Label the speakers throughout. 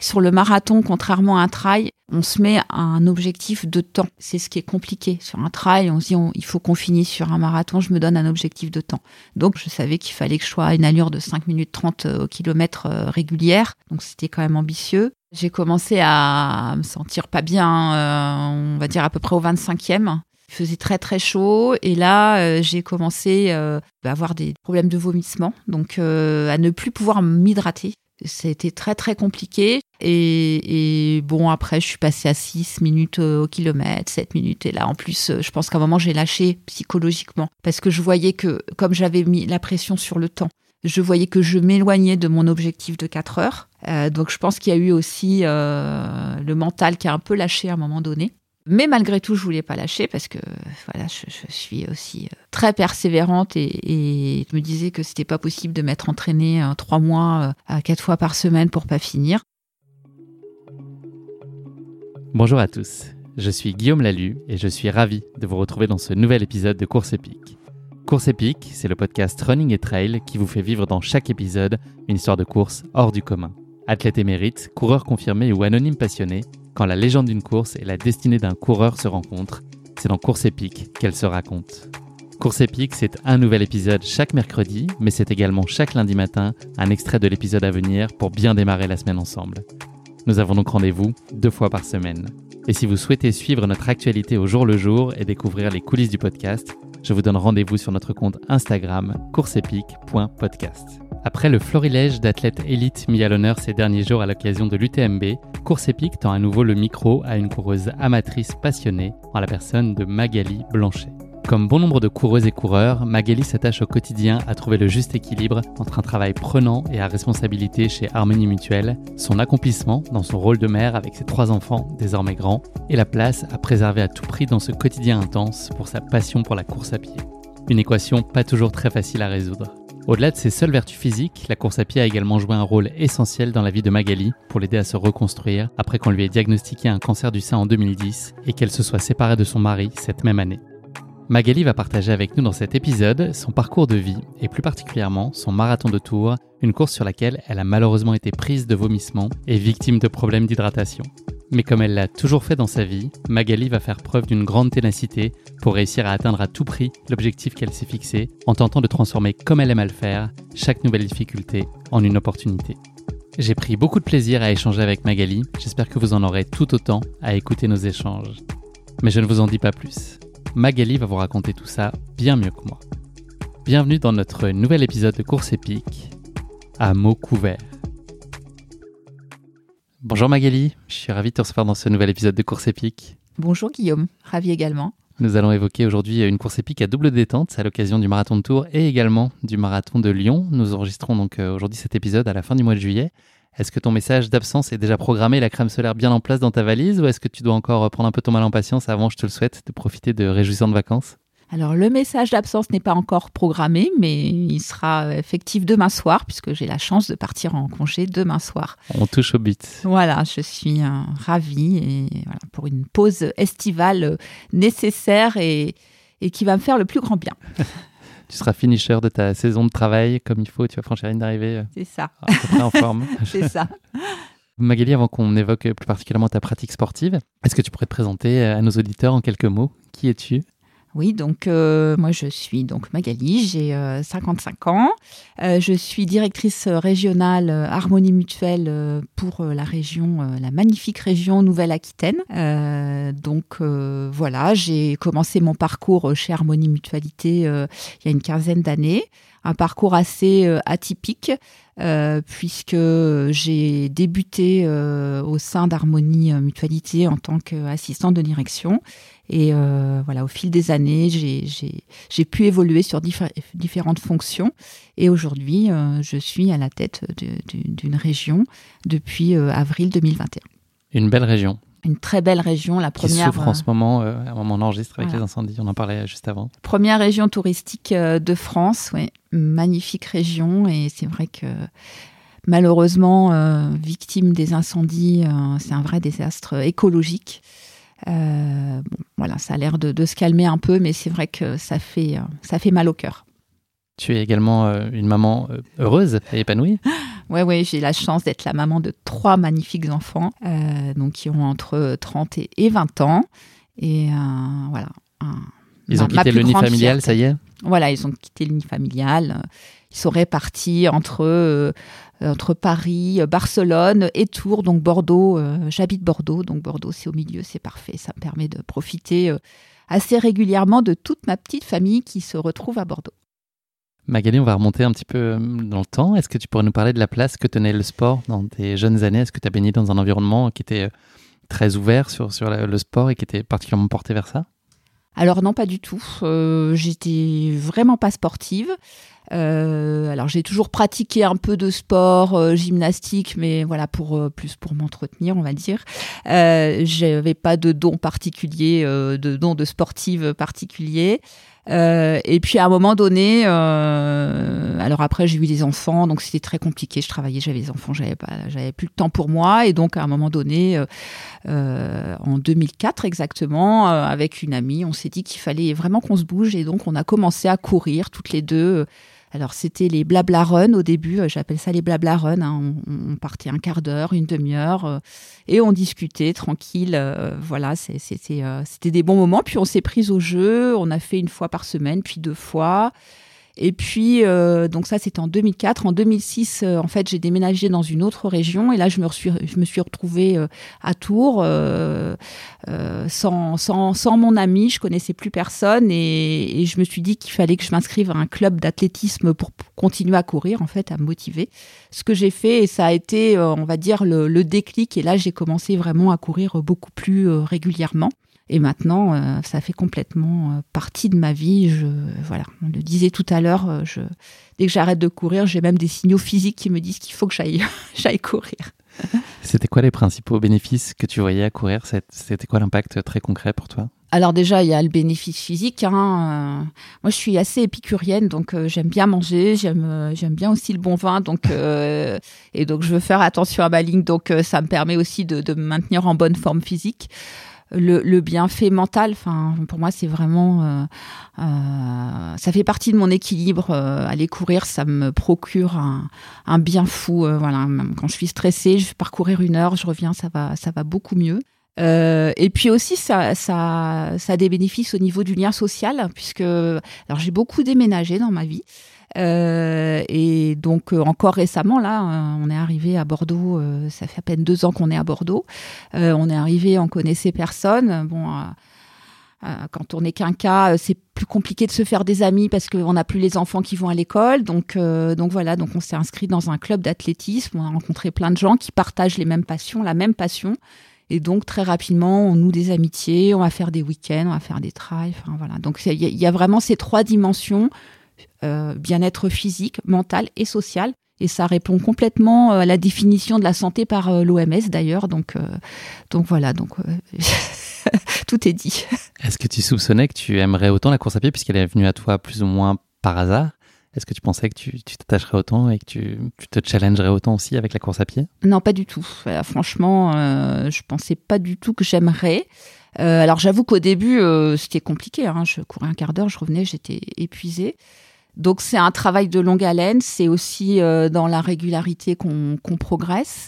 Speaker 1: Sur le marathon, contrairement à un trail, on se met un objectif de temps. C'est ce qui est compliqué. Sur un trail, on se dit il faut qu'on finisse. Sur un marathon, je me donne un objectif de temps. Donc, je savais qu'il fallait que je sois à une allure de 5 minutes 30 au kilomètre régulière. Donc, c'était quand même ambitieux. J'ai commencé à me sentir pas bien, on va dire à peu près au 25e. Il faisait très très chaud et là, j'ai commencé à avoir des problèmes de vomissement, donc à ne plus pouvoir m'hydrater. C'était très très compliqué et bon, après je suis passée à 6 minutes au kilomètre, 7 minutes et là en plus je pense qu'à un moment j'ai lâché psychologiquement parce que je voyais que comme j'avais mis la pression sur le temps, je voyais que je m'éloignais de mon objectif de 4 heures. Donc je pense qu'il y a eu aussi le mental qui a un peu lâché à un moment donné. Mais malgré tout, je voulais pas lâcher parce que voilà, je suis aussi très persévérante et je me disais que c'était pas possible de m'être entraînée 3 mois à 4 fois par semaine pour pas finir.
Speaker 2: Bonjour à tous, je suis Guillaume Lalu et je suis ravi de vous retrouver dans ce nouvel épisode de Course Épique. Course Épique, c'est le podcast Running et Trail qui vous fait vivre dans chaque épisode une histoire de course hors du commun. Athlète émérite, coureur confirmé ou anonyme passionné, quand la légende d'une course et la destinée d'un coureur se rencontrent, c'est dans Course Épique qu'elle se raconte. Course Épique, c'est un nouvel épisode chaque mercredi, mais c'est également chaque lundi matin un extrait de l'épisode à venir pour bien démarrer la semaine ensemble. Nous avons donc rendez-vous 2 fois par semaine. Et si vous souhaitez suivre notre actualité au jour le jour et découvrir les coulisses du podcast, je vous donne rendez-vous sur notre compte Instagram courseepique.podcast. Après le florilège d'athlètes élites mis à l'honneur ces derniers jours à l'occasion de l'UTMB, Course Épique tend à nouveau le micro à une coureuse amatrice passionnée en la personne de Magali Blanchet. Comme bon nombre de coureuses et coureurs, Magali s'attache au quotidien à trouver le juste équilibre entre un travail prenant et à responsabilité chez Harmonie Mutuelle, son accomplissement dans son rôle de mère avec ses 3 enfants désormais grands, et la place à préserver à tout prix dans ce quotidien intense pour sa passion pour la course à pied. Une équation pas toujours très facile à résoudre. Au-delà de ses seules vertus physiques, la course à pied a également joué un rôle essentiel dans la vie de Magali pour l'aider à se reconstruire après qu'on lui ait diagnostiqué un cancer du sein en 2010 et qu'elle se soit séparée de son mari cette même année. Magali va partager avec nous dans cet épisode son parcours de vie et plus particulièrement son marathon de Tours, une course sur laquelle elle a malheureusement été prise de vomissements et victime de problèmes d'hydratation. Mais comme elle l'a toujours fait dans sa vie, Magali va faire preuve d'une grande ténacité pour réussir à atteindre à tout prix l'objectif qu'elle s'est fixé en tentant de transformer comme elle aime à le faire chaque nouvelle difficulté en une opportunité. J'ai pris beaucoup de plaisir à échanger avec Magali, j'espère que vous en aurez tout autant à écouter nos échanges. Mais je ne vous en dis pas plus. Magali va vous raconter tout ça bien mieux que moi. Bienvenue dans notre nouvel épisode de Course Épique, à mots couverts. Bonjour Magali, je suis ravi de te recevoir dans ce nouvel épisode de Course Épique.
Speaker 1: Bonjour Guillaume, ravi également.
Speaker 2: Nous allons évoquer aujourd'hui une course épique à double détente à l'occasion du marathon de Tours et également du marathon de Lyon. Nous enregistrons donc aujourd'hui cet épisode à la fin du mois de juillet. Est-ce que ton message d'absence est déjà programmé, la crème solaire bien en place dans ta valise, ou est-ce que tu dois encore prendre un peu ton mal en patience avant, je te le souhaite, de profiter de réjouissantes vacances ?
Speaker 1: Alors, le message d'absence n'est pas encore programmé, mais il sera effectif demain soir, puisque j'ai la chance de partir en congé demain soir.
Speaker 2: On touche au but.
Speaker 1: Voilà, je suis ravie et, voilà, pour une pause estivale nécessaire et qui va me faire le plus grand bien.
Speaker 2: Tu seras finisher de ta saison de travail comme il faut, tu vas franchir la ligne d'arrivée.
Speaker 1: C'est ça.
Speaker 2: À peu près en forme.
Speaker 1: C'est ça.
Speaker 2: Magali, avant qu'on évoque plus particulièrement ta pratique sportive, est-ce que tu pourrais te présenter à nos auditeurs en quelques mots ? Qui es-tu ?
Speaker 1: Oui, donc moi je suis donc Magali, j'ai 55 ans. Je suis directrice régionale Harmonie Mutuelle pour la région, la magnifique région Nouvelle-Aquitaine. Donc voilà, j'ai commencé mon parcours chez Harmonie Mutualité il y a une 15aine d'années. Un parcours assez atypique puisque j'ai débuté au sein d'Harmonie Mutualité en tant qu'assistante de direction. Et voilà, au fil des années, j'ai pu évoluer sur différentes fonctions. Et aujourd'hui, je suis à la tête d'une région depuis avril 2021.
Speaker 2: Une belle région.
Speaker 1: Une très belle région, la première...
Speaker 2: Qui souffre en ce moment, à un moment on enregistre avec
Speaker 1: voilà.
Speaker 2: Les incendies, on en parlait juste avant.
Speaker 1: Première région touristique de France, oui. Magnifique région. Et c'est vrai que malheureusement, victime des incendies, c'est un vrai désastre écologique. Voilà, ça a l'air de se calmer un peu, mais c'est vrai que ça fait mal au cœur.
Speaker 2: Tu es également une maman heureuse et épanouie ?
Speaker 1: Ouais, j'ai la chance d'être la maman de 3 magnifiques enfants, donc qui ont entre 30 et 20 ans. Et voilà.
Speaker 2: Ils ont quitté le nid familial, ça y est ?
Speaker 1: Voilà, ils ont quitté le nid familial. Ils sont répartis entre Paris, Barcelone et Tours, donc Bordeaux. J'habite Bordeaux, donc Bordeaux, c'est au milieu, c'est parfait. Ça me permet de profiter assez régulièrement de toute ma petite famille qui se retrouve à Bordeaux.
Speaker 2: Magali, on va remonter un petit peu dans le temps. Est-ce que tu pourrais nous parler de la place que tenait le sport dans tes jeunes années ? Est-ce que tu as baigné dans un environnement qui était très ouvert sur le sport et qui était particulièrement porté vers ça ?
Speaker 1: Alors non, pas du tout. J'étais vraiment pas sportive. Alors j'ai toujours pratiqué un peu de sport, gymnastique, mais voilà plus pour m'entretenir, on va dire. J'avais pas de don particulier, de don de sportive particulier. Et puis à un moment donné, alors après j'ai eu des enfants, donc c'était très compliqué. Je travaillais, j'avais des enfants, j'avais plus le temps pour moi, et donc à un moment donné, en 2004 exactement, avec une amie, on s'est dit qu'il fallait vraiment qu'on se bouge, et donc on a commencé à courir toutes les deux. Alors c'était les blabla run au début, j'appelle ça les blabla run, hein. On partait un quart d'heure, une demi-heure, et on discutait tranquille. Voilà, c'était des bons moments. Puis on s'est pris au jeu, on a fait 1 fois par semaine, puis 2 fois. Et puis, donc ça, c'était en 2004. En 2006, en fait, j'ai déménagé dans une autre région. Et là, je me suis retrouvée à Tours sans mon ami. Je connaissais plus personne. Et je me suis dit qu'il fallait que je m'inscrive à un club d'athlétisme pour continuer à courir, en fait, à me motiver. Ce que j'ai fait, et ça a été, on va dire, le déclic. Et là, j'ai commencé vraiment à courir beaucoup plus régulièrement. Et maintenant, ça fait complètement partie de ma vie. Voilà, on le disait tout à l'heure, dès que j'arrête de courir, j'ai même des signaux physiques qui me disent qu'il faut que j'aille courir.
Speaker 2: C'était quoi les principaux bénéfices que tu voyais à courir ? C'était quoi l'impact très concret pour toi ?
Speaker 1: Alors déjà, il y a le bénéfice physique. Moi, je suis assez épicurienne, donc j'aime bien manger, j'aime bien aussi le bon vin, donc et donc je veux faire attention à ma ligne, donc ça me permet aussi de me maintenir en bonne forme physique. Le bienfait mental, pour moi, c'est vraiment, ça fait partie de mon équilibre. Aller courir, ça me procure un bien fou. Voilà, même quand je suis stressée, je vais parcourir 1 heure, je reviens, ça va beaucoup mieux. Et puis aussi, ça a des bénéfices au niveau du lien social, puisque alors j'ai beaucoup déménagé dans ma vie. Et donc encore récemment là, on est arrivé à Bordeaux, ça fait à peine 2 ans qu'on est à Bordeaux. On est arrivé, on connaissait personne. Bon, quand on n'est qu'un cas, c'est plus compliqué de se faire des amis parce qu'on n'a plus les enfants qui vont à l'école. Donc voilà, donc on s'est inscrit dans un club d'athlétisme. On a rencontré plein de gens qui partagent les mêmes passions, la même passion. Et donc très rapidement, on noue des amitiés, on va faire des week-ends, on va faire des trails. Enfin voilà, donc il y a vraiment ces 3 dimensions. Bien-être physique, mental et social. Et ça répond complètement à la définition de la santé par l'OMS d'ailleurs. Donc voilà, tout est dit.
Speaker 2: Est-ce que tu soupçonnais que tu aimerais autant la course à pied puisqu'elle est venue à toi plus ou moins par hasard ? Est-ce que tu pensais que tu t'attacherais autant et que tu te challengerais autant aussi avec la course à pied ?
Speaker 1: Non, pas du tout. Franchement, je pensais pas du tout que j'aimerais. Alors j'avoue qu'au début, c'était compliqué. Je courais un quart d'heure, je revenais, j'étais épuisée. Donc c'est un travail de longue haleine, c'est aussi dans la régularité qu'on progresse.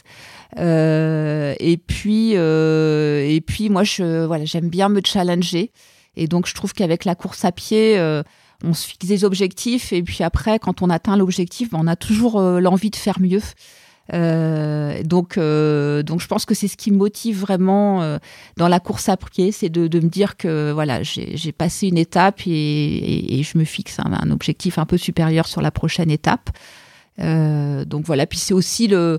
Speaker 1: Et puis moi j'aime bien me challenger, et donc je trouve qu'avec la course à pied, on se fixe des objectifs, et puis après quand on atteint l'objectif, on a toujours l'envie de faire mieux. Donc je pense que c'est ce qui me motive vraiment dans la course à pied, c'est de me dire que voilà, j'ai passé une étape et je me fixe un objectif un peu supérieur sur la prochaine étape. Donc voilà, puis c'est aussi le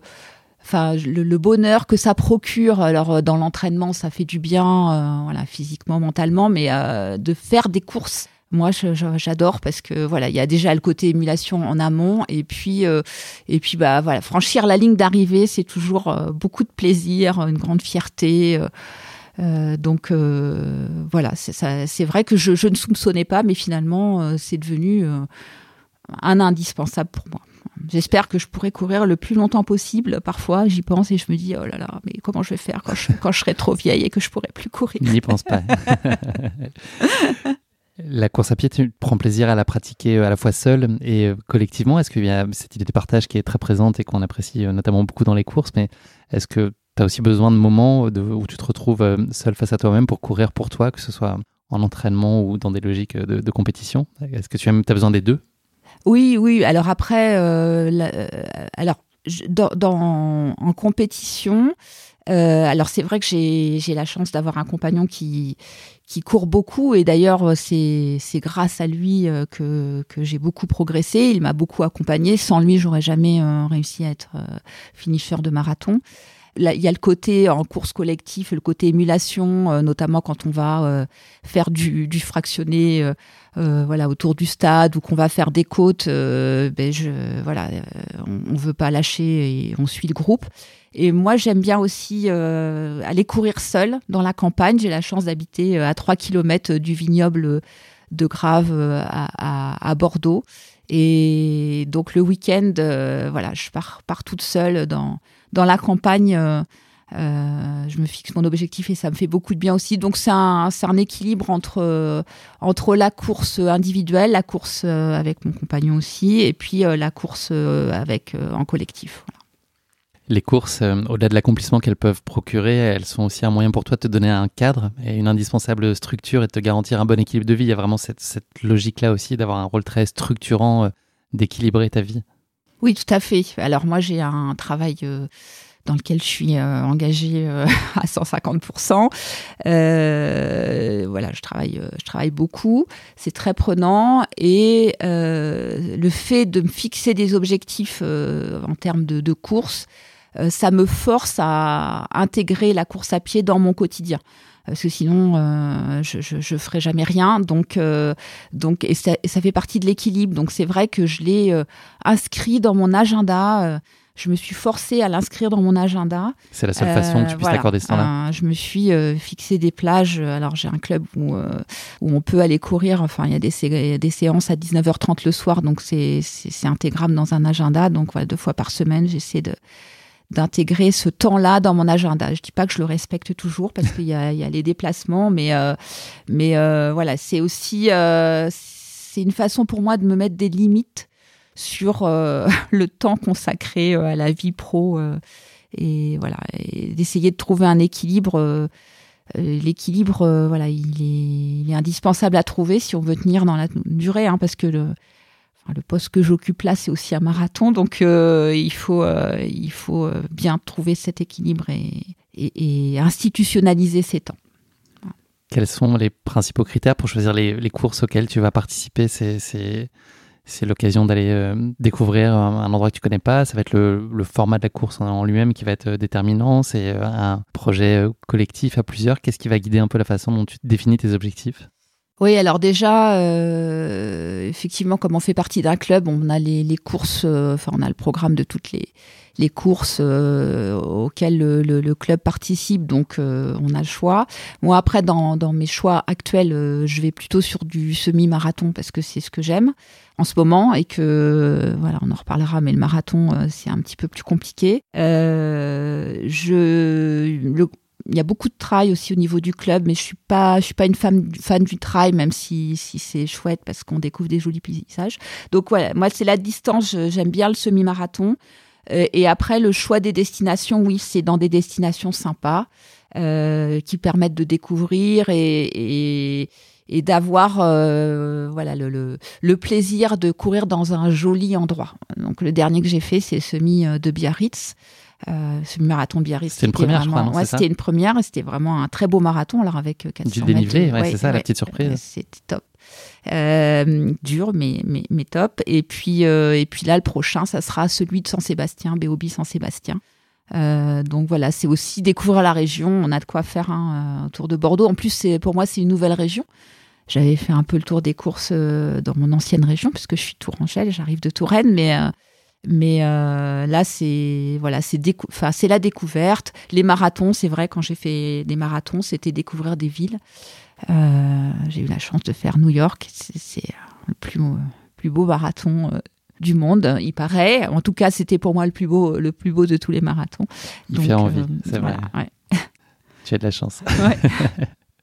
Speaker 1: bonheur que ça procure. Alors dans l'entraînement, ça fait du bien, voilà, physiquement, mentalement, mais de faire des courses. Moi, j'adore parce que voilà, il y a déjà le côté émulation en amont, et puis voilà, franchir la ligne d'arrivée, c'est toujours beaucoup de plaisir, une grande fierté. Donc voilà, c'est vrai que je ne soupçonnais pas, mais finalement, c'est devenu un indispensable pour moi. J'espère que je pourrai courir le plus longtemps possible. Parfois, j'y pense et je me dis, oh là là, mais comment je vais faire quand je serai trop vieille et que je pourrai plus courir ?
Speaker 2: N'y pense pas. La course à pied, tu prends plaisir à la pratiquer à la fois seule et collectivement. Est-ce qu'il y a cette idée de partage qui est très présente et qu'on apprécie notamment beaucoup dans les courses, mais est-ce que tu as aussi besoin de moments où tu te retrouves seul face à toi-même pour courir pour toi, que ce soit en entraînement ou dans des logiques de compétition? Est-ce que tu as besoin des deux?
Speaker 1: Oui. Alors après, en compétition, alors c'est vrai que j'ai la chance d'avoir un compagnon qui court beaucoup, et d'ailleurs c'est grâce à lui que j'ai beaucoup progressé. Il m'a beaucoup accompagné. Sans lui, j'aurais jamais réussi à être finisher de marathon. Là, il y a le côté en course collective, le côté émulation, notamment quand on va faire du fractionné autour du stade, ou qu'on va faire des côtes. On veut pas lâcher et on suit le groupe. Et moi, j'aime bien aussi aller courir seule dans la campagne. J'ai la chance d'habiter à 3 km du vignoble de Grave à Bordeaux. Et donc le week-end, je pars toute seule dans la campagne. Je me fixe mon objectif et ça me fait beaucoup de bien aussi. Donc c'est un équilibre entre la course individuelle, la course avec mon compagnon aussi, et puis la course en collectif. Voilà.
Speaker 2: Les courses, au-delà de l'accomplissement qu'elles peuvent procurer, elles sont aussi un moyen pour toi de te donner un cadre et une indispensable structure et de te garantir un bon équilibre de vie. Il y a vraiment cette logique-là aussi d'avoir un rôle très structurant, d'équilibrer ta vie. Oui, tout à fait. Alors moi, j'ai un travail dans lequel je suis engagée à 150%. Je travaille beaucoup. C'est très prenant. Et le fait de me fixer des objectifs en termes de course, ça me force à intégrer la course à pied dans mon quotidien. Parce que sinon, je ferai jamais rien. Donc, et ça fait partie de l'équilibre. Donc, c'est vrai que je l'ai inscrit dans mon agenda. Je me suis forcée à l'inscrire dans mon agenda. C'est la seule façon que tu puisses t'accorder ce temps-là. Je me suis fixé des plages. Alors, j'ai un club où on peut aller courir. Enfin, il y a des séances à 19h30 le soir. Donc, c'est intégrable dans un agenda. Donc, 2 fois par semaine, j'essaie d'intégrer ce temps-là dans mon agenda. Je dis pas que je le respecte toujours parce qu'il y a les déplacements, mais c'est aussi c'est une façon pour moi de me mettre des limites sur le temps consacré à la vie pro et d'essayer de trouver un équilibre. L'équilibre, il est indispensable à trouver si on veut tenir dans la durée, parce que le poste que j'occupe là, c'est aussi un marathon, donc il faut bien trouver cet équilibre et institutionnaliser ces temps. Voilà. Quels sont les principaux critères pour choisir les courses auxquelles tu vas participer? C'est l'occasion d'aller découvrir un endroit que tu connais pas. Ça va être le format de la course en lui-même qui va être déterminant. C'est un projet collectif à plusieurs. Qu'est-ce qui va guider un peu la façon dont tu définis tes objectifs? Oui, alors déjà, effectivement, comme on fait partie d'un club, on a les courses, on a le programme de toutes les courses auxquelles le club participe, donc on a le choix. Moi, après, dans mes choix actuels, je vais plutôt sur du semi-marathon parce que c'est ce que j'aime en ce moment et que, on en reparlera, mais le marathon, c'est un petit peu plus compliqué. Il y a beaucoup de trail aussi au niveau du club, mais je suis pas une fan du trail, même si c'est chouette parce qu'on découvre des jolis paysages. Donc voilà, moi c'est la distance, j'aime bien le semi-marathon. Et après le choix des destinations, oui, c'est dans des destinations sympas qui permettent de découvrir et d'avoir le plaisir de courir dans un joli endroit. Donc le dernier que j'ai fait, c'est semi de Biarritz. Semi-marathon de Biarritz. C'était une première, je crois, non? Ouais, c'était une première et c'était vraiment un très beau marathon, alors avec 400 mètres. Du dénivelé, c'est ça, la petite surprise. C'était top. Dur, mais top. Et puis là, le prochain, ça sera celui de Saint-Sébastien, BOB Saint-Sébastien. Donc voilà, c'est aussi découvrir la région. On a de quoi faire autour de Bordeaux. En plus, pour moi, c'est une nouvelle région. J'avais fait un peu le tour des courses dans mon ancienne région, puisque je suis tourangeaine, j'arrive de Touraine, mais là, c'est la découverte. Les marathons, c'est vrai, quand j'ai fait des marathons, c'était découvrir des villes. J'ai eu la chance de faire New York. C'est le plus beau marathon du monde, il paraît. En tout cas, c'était pour moi le plus beau de tous les marathons. Il fait envie, c'est vrai. Ouais. Tu as de la chance. Ouais.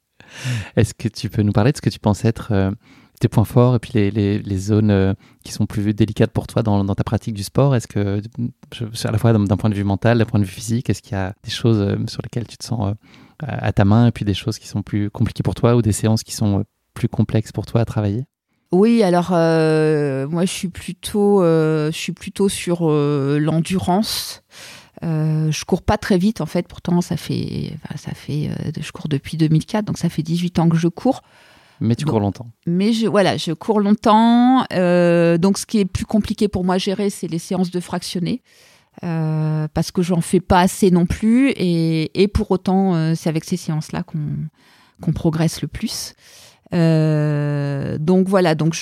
Speaker 2: Est-ce que tu peux nous parler de ce que tu penses être tes points forts et puis les zones qui sont plus délicates pour toi dans ta pratique du sport? Est-ce que, à la fois d'un point de vue mental, d'un point de vue physique, est-ce qu'il y a des choses sur lesquelles tu te sens à ta main et puis des choses qui sont plus compliquées pour toi ou des séances qui sont plus complexes pour toi à travailler?
Speaker 1: Oui, alors moi je suis plutôt sur l'endurance. Je cours pas très vite en fait, pourtant je cours depuis 2004, donc ça fait 18 ans que je cours.
Speaker 2: Mais tu cours longtemps.
Speaker 1: Mais je cours longtemps. Donc ce qui est plus compliqué pour moi à gérer, c'est les séances de fractionnés. Parce que j'en fais pas assez non plus. Et pour autant, c'est avec ces séances-là qu'on progresse le plus. Donc voilà, donc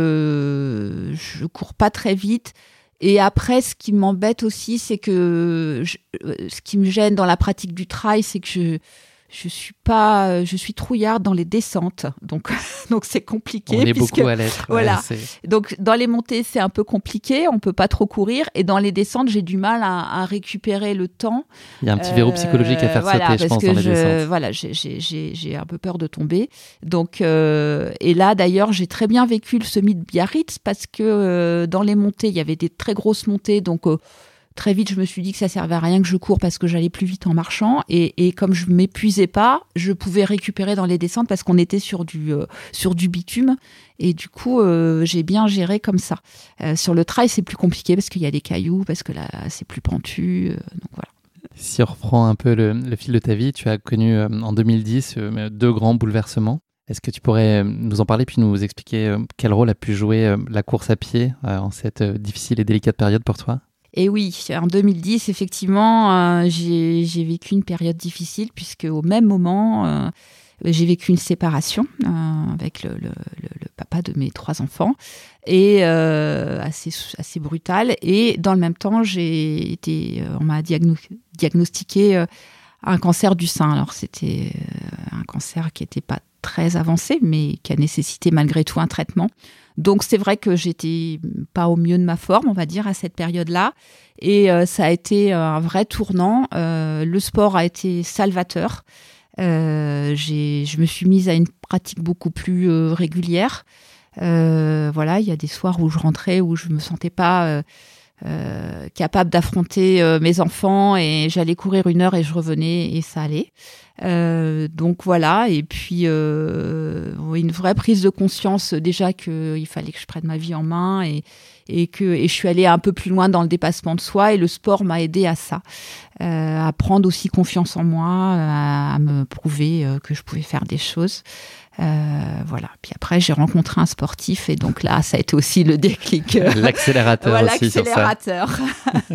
Speaker 1: je cours pas très vite. Et après, ce qui m'embête aussi, c'est que ce qui me gêne dans la pratique du trail, c'est que je suis trouillarde dans les descentes, donc c'est compliqué.
Speaker 2: On est beaucoup à l'être.
Speaker 1: Voilà. Donc dans les montées, c'est un peu compliqué, on peut pas trop courir, et dans les descentes, j'ai du mal à récupérer le temps.
Speaker 2: Il y a un petit verrou psychologique à faire sauter, je pense, dans les descentes.
Speaker 1: Voilà, j'ai un peu peur de tomber. Donc et là d'ailleurs, j'ai très bien vécu le semi de Biarritz parce que dans les montées, il y avait des très grosses montées, donc très vite, je me suis dit que ça servait à rien que je cours parce que j'allais plus vite en marchant. Et comme je m'épuisais pas, je pouvais récupérer dans les descentes parce qu'on était sur du bitume. Et du coup, j'ai bien géré comme ça. Sur le trail, c'est plus compliqué parce qu'il y a des cailloux, parce que là, c'est plus pentu. Donc voilà.
Speaker 2: Si on reprend un peu le fil de ta vie, tu as connu en 2010 deux grands bouleversements. Est-ce que tu pourrais nous en parler puis nous expliquer quel rôle a pu jouer la course à pied en cette difficile et délicate période pour toi ?
Speaker 1: Et oui, en 2010, effectivement, j'ai vécu une période difficile puisque au même moment, j'ai vécu une séparation avec le papa de mes 3 enfants et assez brutale. Et dans le même temps, on m'a diagnostiqué un cancer du sein. Alors c'était un cancer qui n'était pas très avancé, mais qui a nécessité malgré tout un traitement. Donc c'est vrai que j'étais pas au mieux de ma forme, on va dire, à cette période-là. Et ça a été un vrai tournant. Le sport a été salvateur. Je me suis mise à une pratique beaucoup plus régulière. Voilà, il y a des soirs où je rentrais, où je me sentais pas capable d'affronter mes enfants et j'allais courir 1 heure et je revenais et ça allait. Donc voilà, et puis une vraie prise de conscience déjà qu'il fallait que je prenne ma vie en main et je suis allée un peu plus loin dans le dépassement de soi et le sport m'a aidée à ça, à prendre aussi confiance en moi, à me prouver que je pouvais faire des choses. Voilà. Puis après, j'ai rencontré un sportif et donc là, ça a été aussi le déclic.
Speaker 2: L'accélérateur
Speaker 1: voilà,
Speaker 2: aussi
Speaker 1: l'accélérateur.
Speaker 2: Sur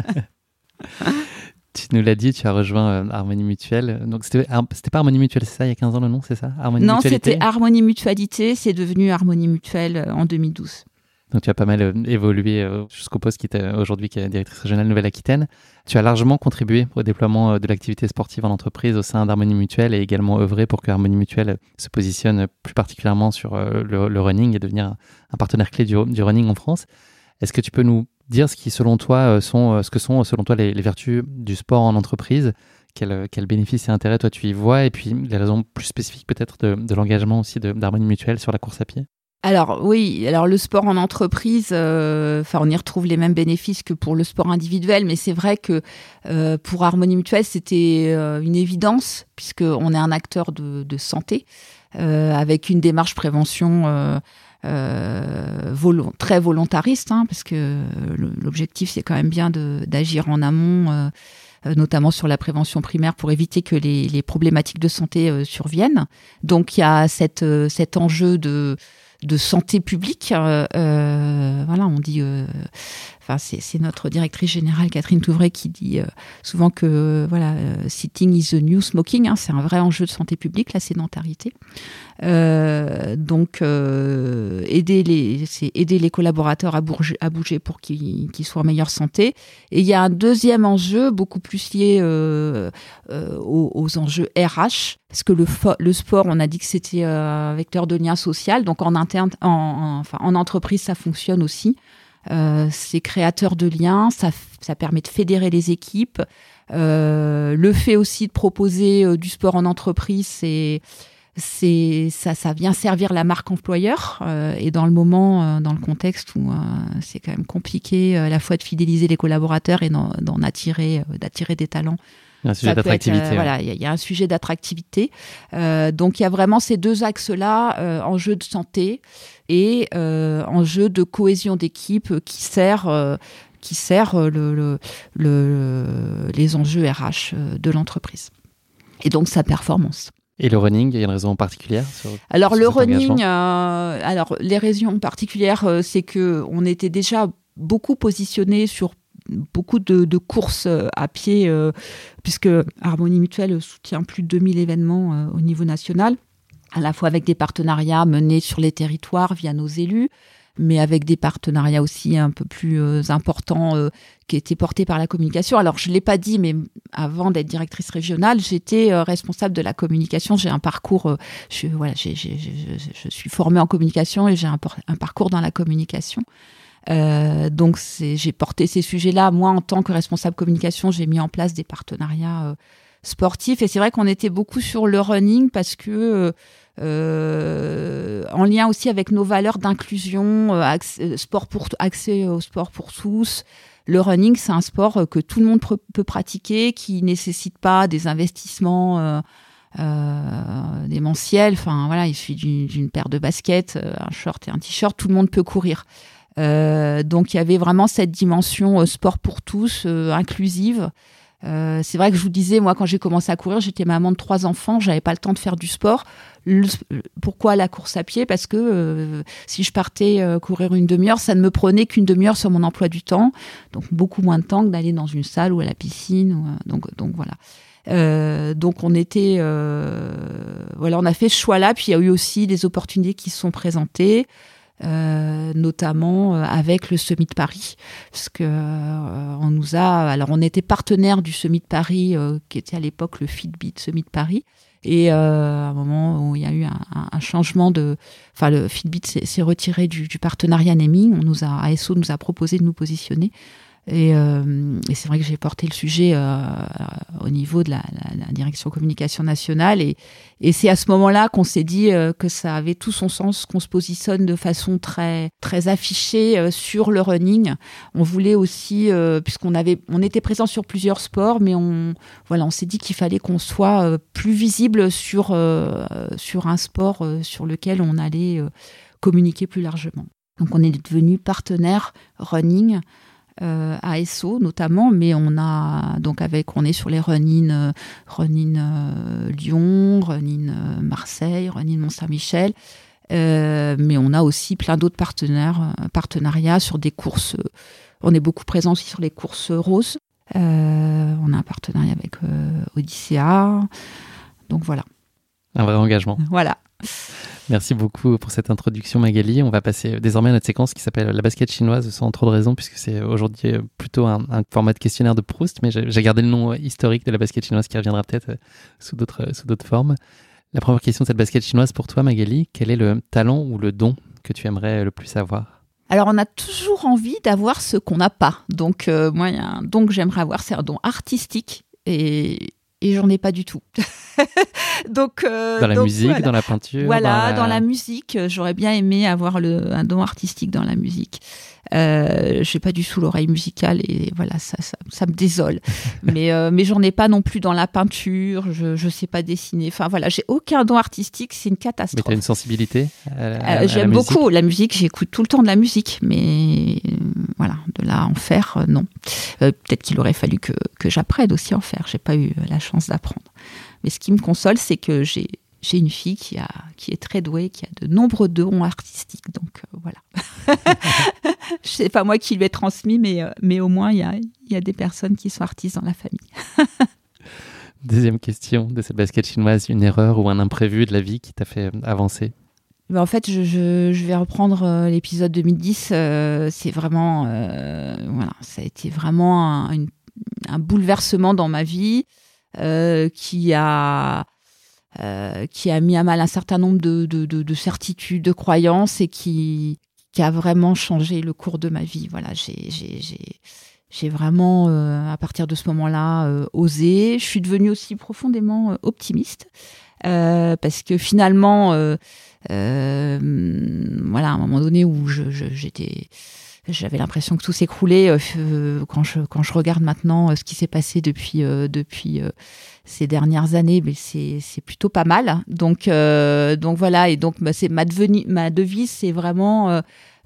Speaker 2: ça. Tu nous l'as dit, tu as rejoint Harmonie Mutuelle. Donc, c'était pas Harmonie Mutuelle, c'est ça, il y a 15 ans le nom, c'est ça, Harmonie
Speaker 1: Non,
Speaker 2: Mutualité.
Speaker 1: c'était Harmonie Mutualité, c'est devenu Harmonie Mutuelle en 2012.
Speaker 2: Donc, tu as pas mal évolué jusqu'au poste qui est aujourd'hui qui est directrice régionale Nouvelle-Aquitaine. Tu as largement contribué au déploiement de l'activité sportive en entreprise au sein d'Harmonie Mutuelle et également œuvré pour que Harmonie Mutuelle se positionne plus particulièrement sur le running et devenir un partenaire clé du running en France. Est-ce que tu peux nous dire ce que sont selon toi les vertus du sport en entreprise, quels bénéfices et intérêts toi tu y vois, et puis les raisons plus spécifiques peut-être de l'engagement aussi d'Harmonie Mutuelle sur la course à pied?
Speaker 1: Alors oui, le sport en entreprise, on y retrouve les mêmes bénéfices que pour le sport individuel, mais c'est vrai que pour Harmonie Mutuelle, c'était une évidence puisqu'on est un acteur de santé avec une démarche prévention très volontariste, parce que l'objectif c'est quand même bien d'agir en amont, notamment sur la prévention primaire pour éviter que les problématiques de santé surviennent. Donc il y a cet enjeu de santé publique. Voilà, on dit... c'est notre directrice générale, Catherine Touvray, qui dit souvent que sitting is the new smoking. C'est un vrai enjeu de santé publique, la sédentarité. Donc, aider les collaborateurs à bouger pour qu'ils soient en meilleure santé. Et il y a un deuxième enjeu, beaucoup plus lié aux enjeux RH, parce que le sport, on a dit que c'était un vecteur de lien social. Donc, en interne, en entreprise, ça fonctionne aussi. C'est créateur de liens, ça permet de fédérer les équipes. Le fait aussi de proposer du sport en entreprise, ça vient servir la marque employeur et dans le moment, dans le contexte où c'est quand même compliqué à la fois de fidéliser les collaborateurs et d'attirer des talents.
Speaker 2: Un sujet d'attractivité.
Speaker 1: Voilà, il y a un sujet d'attractivité. Donc il y a vraiment ces deux axes-là, enjeu de santé et enjeu de cohésion d'équipe qui sert les enjeux RH de l'entreprise. Et donc sa performance.
Speaker 2: Et le running, il y a une raison particulière
Speaker 1: Alors le running, les raisons particulières, c'est que on était déjà beaucoup positionné sur beaucoup de courses à pied, puisque Harmonie Mutuelle soutient plus de 2000 événements au niveau national, à la fois avec des partenariats menés sur les territoires via nos élus, mais avec des partenariats aussi un peu plus importants qui étaient portés par la communication. Alors, je ne l'ai pas dit, mais avant d'être directrice régionale, j'étais responsable de la communication. J'ai un parcours, je suis formée en communication et j'ai un parcours dans la communication. Donc, j'ai porté ces sujets-là. Moi, en tant que responsable communication, j'ai mis en place des partenariats sportifs. Et c'est vrai qu'on était beaucoup sur le running parce que en lien aussi avec nos valeurs d'inclusion, accès au sport pour tous. Le running, c'est un sport que tout le monde peut pratiquer, qui nécessite pas des investissements démentiels. Enfin, voilà, il suffit d'une paire de baskets, un short et un t-shirt, tout le monde peut courir. Donc, il y avait vraiment cette dimension sport pour tous, inclusive. C'est vrai que je vous disais, moi, quand j'ai commencé à courir, j'étais maman de 3 enfants, j'avais pas le temps de faire du sport. Pourquoi la course à pied ? Parce que si je partais courir une demi-heure, ça ne me prenait qu'une demi-heure sur mon emploi du temps, donc beaucoup moins de temps que d'aller dans une salle ou à la piscine. Donc voilà. Donc on était, on a fait ce choix-là. Puis il y a eu aussi des opportunités qui se sont présentées. Notamment avec le Summit de Paris, parce que on était partenaire du Summit de Paris, qui était à l'époque le Fitbit Summit de Paris, et à un moment où il y a eu un changement le Fitbit s'est retiré du partenariat naming. ASO nous a proposé de nous positionner. Et c'est vrai que j'ai porté le sujet au niveau de la direction communication nationale. Et c'est à ce moment-là qu'on s'est dit que ça avait tout son sens, qu'on se positionne de façon très, très affichée sur le running. On voulait aussi, puisqu'on était présent sur plusieurs sports, mais on s'est dit qu'il fallait qu'on soit plus visible sur un sport sur lequel on allait communiquer plus largement. Donc on est devenu partenaire running ASO notamment, mais on est sur les Running Lyon, Running Marseille, Running Mont-Saint-Michel, mais on a aussi plein d'autres partenariats sur des courses. On est beaucoup présent aussi sur les courses roses. On a un partenariat avec Odyssea, donc voilà.
Speaker 2: Un vrai engagement.
Speaker 1: Voilà.
Speaker 2: Merci beaucoup pour cette introduction, Magali. On va passer désormais à notre séquence qui s'appelle la basket chinoise, sans trop de raison, puisque c'est aujourd'hui plutôt un format de questionnaire de Proust, mais j'ai gardé le nom historique de la basket chinoise qui reviendra peut-être sous d'autres formes. La première question de cette basket chinoise pour toi, Magali, quel est le talent ou le don que tu aimerais le plus avoir ?
Speaker 1: Alors, on a toujours envie d'avoir ce qu'on n'a pas. Donc, moi, il y a un don que j'aimerais avoir, c'est un don artistique, et j'en ai pas du tout. Donc, dans la
Speaker 2: musique, voilà. Dans la peinture.
Speaker 1: Voilà, dans la musique, j'aurais bien aimé avoir un don artistique dans la musique. J'ai pas du tout l'oreille musicale et voilà, ça me désole. mais j'en ai pas non plus dans la peinture. Je sais pas dessiner. Enfin voilà, j'ai aucun don artistique. C'est une catastrophe.
Speaker 2: Mais t'as une sensibilité
Speaker 1: j'aime beaucoup la musique. J'écoute tout le temps de la musique, mais voilà, de là à en faire, non. Peut-être qu'il aurait fallu que j'apprenne aussi à en faire. J'ai pas eu la chance d'apprendre. Mais ce qui me console, c'est que j'ai une fille qui est très douée, qui a de nombreux dons artistiques. Donc voilà. C'est pas moi qui lui ai transmis, mais au moins il y a des personnes qui sont artistes dans la famille.
Speaker 2: Deuxième question de cette basket chinoise, une erreur ou un imprévu de la vie qui t'a fait avancer ?
Speaker 1: En fait, je vais reprendre l'épisode 2010. C'est vraiment, ça a été vraiment un bouleversement dans ma vie qui a mis à mal un certain nombre de certitudes, de croyances et qui a vraiment changé le cours de ma vie. Voilà, J'ai vraiment, à partir de ce moment-là, osé. Je suis devenue aussi profondément optimiste parce que finalement, voilà, à un moment donné où j'avais l'impression que tout s'écroulait. Quand je regarde maintenant ce qui s'est passé depuis ces dernières années, mais c'est plutôt pas mal. Donc voilà, et donc c'est ma devise, c'est vraiment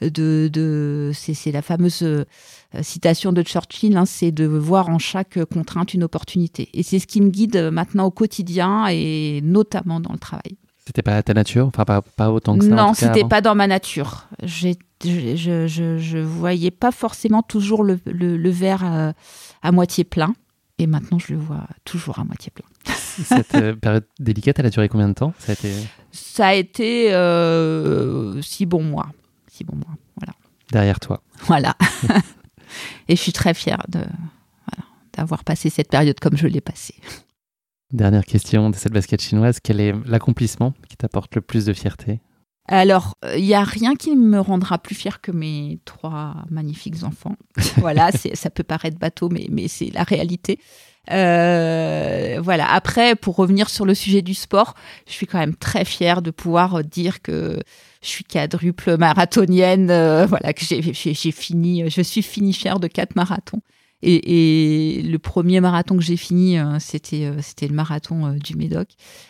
Speaker 1: c'est la fameuse citation de Churchill, hein, c'est de voir en chaque contrainte une opportunité. Et c'est ce qui me guide maintenant au quotidien et notamment dans le travail.
Speaker 2: C'était pas ta nature, enfin pas autant que ça.
Speaker 1: Non,
Speaker 2: en tout cas,
Speaker 1: c'était
Speaker 2: avant.
Speaker 1: pas dans ma nature. Je voyais pas forcément toujours le verre à moitié plein. Et maintenant, je le vois toujours à moitié plein.
Speaker 2: Cette période délicate, elle a duré combien de temps?
Speaker 1: Ça a été 6 bons mois. 6 bons mois, voilà.
Speaker 2: Derrière toi.
Speaker 1: Voilà. Et je suis très fière d'avoir passé cette période comme je l'ai passée.
Speaker 2: Dernière question de cette basket chinoise. Quel est l'accomplissement qui t'apporte le plus de fierté?
Speaker 1: Alors, il n'y a rien qui me rendra plus fière que mes 3 magnifiques enfants. Voilà, ça peut paraître bateau, mais c'est la réalité. Voilà. Après, pour revenir sur le sujet du sport, je suis quand même très fière de pouvoir dire que je suis quadruple marathonienne. Voilà, que j'ai fini. Je suis finisher de 4 marathons. Et le premier marathon que j'ai fini, c'était le marathon du Médoc.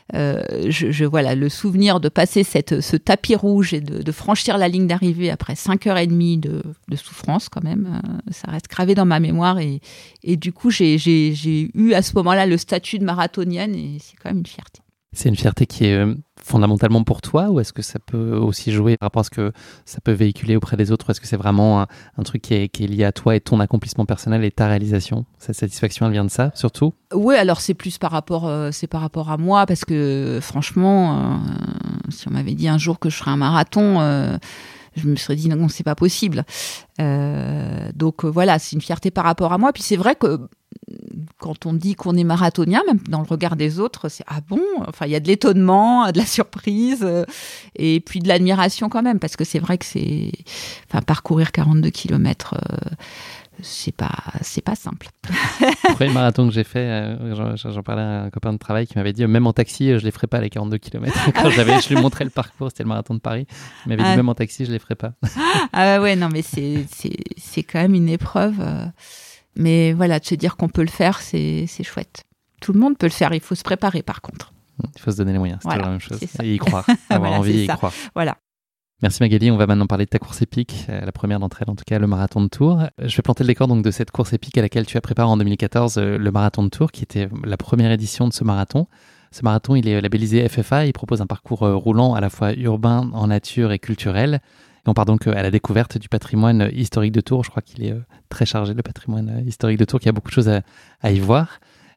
Speaker 1: Voilà, le souvenir de passer ce tapis rouge et de franchir la ligne d'arrivée après 5h30 de souffrance, quand même, ça reste gravé dans ma mémoire. Et du coup, j'ai eu à ce moment-là le statut de marathonienne et c'est quand même une fierté.
Speaker 2: C'est une fierté qui est fondamentalement pour toi, ou est-ce que ça peut aussi jouer par rapport à ce que ça peut véhiculer auprès des autres, ou est-ce que c'est vraiment un truc qui est lié à toi et ton accomplissement personnel et ta réalisation? Cette satisfaction, elle vient de ça, surtout?
Speaker 1: Oui, alors c'est plus par rapport à moi, parce que franchement, si on m'avait dit un jour que je ferais un marathon, je me serais dit non, c'est pas possible. Donc voilà, c'est une fierté par rapport à moi. Puis c'est vrai que quand on dit qu'on est marathonien, même dans le regard des autres, c'est ah bon. Enfin, il y a de l'étonnement, de la surprise, et puis de l'admiration quand même, parce que c'est vrai que parcourir 42 kilomètres. C'est pas simple.
Speaker 2: Le premier marathon que j'ai fait, j'en parlais à un copain de travail qui m'avait dit même en taxi, je les ferais pas les 42 km. Quand je lui montrais le parcours, c'était le marathon de Paris. Il m'avait dit même en taxi, je les ferais pas.
Speaker 1: Ah ouais, non, mais c'est quand même une épreuve. Mais voilà, de se dire qu'on peut le faire, c'est chouette. Tout le monde peut le faire, il faut se préparer par contre.
Speaker 2: Il faut se donner les moyens, c'est la même chose. Et y croire, avoir
Speaker 1: voilà,
Speaker 2: envie et y croire.
Speaker 1: Voilà.
Speaker 2: Merci Magali, on va maintenant parler de ta course épique, la première d'entre elles en tout cas, le marathon de Tours. Je vais planter le décor donc de cette course épique à laquelle tu as préparé en 2014 le marathon de Tours, qui était la première édition de ce marathon. Ce marathon, il est labellisé FFA, il propose un parcours roulant à la fois urbain, en nature et culturel. Et on part donc à la découverte du patrimoine historique de Tours. Je crois qu'il est très chargé, le patrimoine historique de Tours, qu'il y a beaucoup de choses à y voir.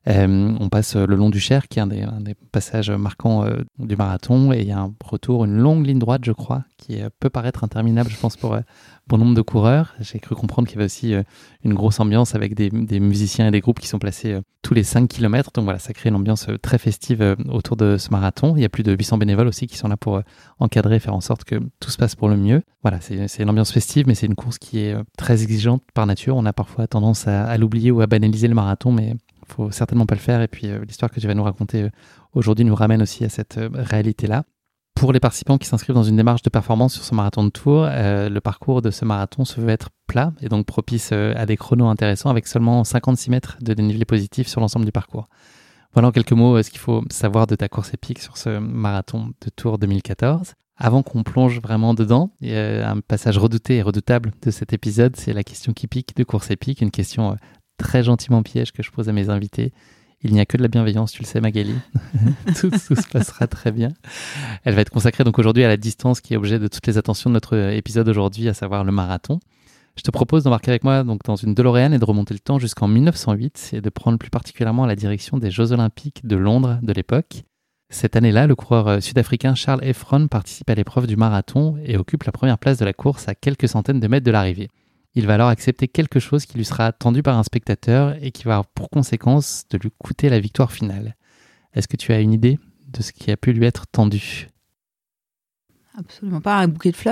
Speaker 2: On passe le long du Cher, qui est un des passages marquants du marathon, et il y a un retour, une longue ligne droite, je crois, qui peut paraître interminable, je pense, pour bon nombre de coureurs. J'ai cru comprendre qu'il y avait aussi une grosse ambiance avec des musiciens et des groupes qui sont placés tous les 5 km. Donc voilà, ça crée une ambiance très festive autour de ce marathon. Il y a plus de 800 bénévoles aussi qui sont là pour encadrer, faire en sorte que tout se passe pour le mieux. Voilà, c'est une ambiance festive, mais c'est une course qui est très exigeante par nature. On a parfois tendance à l'oublier ou à banaliser le marathon, mais il faut certainement pas le faire. Et puis l'histoire que tu vas nous raconter aujourd'hui nous ramène aussi à cette réalité-là. Pour les participants qui s'inscrivent dans une démarche de performance sur ce marathon de Tours, le parcours de ce marathon se veut être plat et donc propice à des chronos intéressants avec seulement 56 mètres de dénivelé positif sur l'ensemble du parcours. Voilà en quelques mots ce qu'il faut savoir de ta course épique sur ce marathon de Tours 2014. Avant qu'on plonge vraiment dedans, il y a un passage redouté et redoutable de cet épisode, c'est la question qui pique de course épique, une question très gentiment piège que je pose à mes invités. Il n'y a que de la bienveillance, tu le sais Magali. tout se passera très bien. Elle va être consacrée donc aujourd'hui à la distance qui est objet de toutes les attentions de notre épisode aujourd'hui, à savoir le marathon. Je te propose d'embarquer avec moi donc dans une DeLorean et de remonter le temps jusqu'en 1908 et de prendre plus particulièrement la direction des Jeux Olympiques de Londres de l'époque. Cette année-là, le coureur sud-africain Charles Efron participe à l'épreuve du marathon et occupe la première place de la course à quelques centaines de mètres de l'arrivée. Il va alors accepter quelque chose qui lui sera tendu par un spectateur et qui va avoir pour conséquence de lui coûter la victoire finale. Est-ce que tu as une idée de ce qui a pu lui être tendu ?
Speaker 1: Absolument pas. Un bouquet de fleurs ?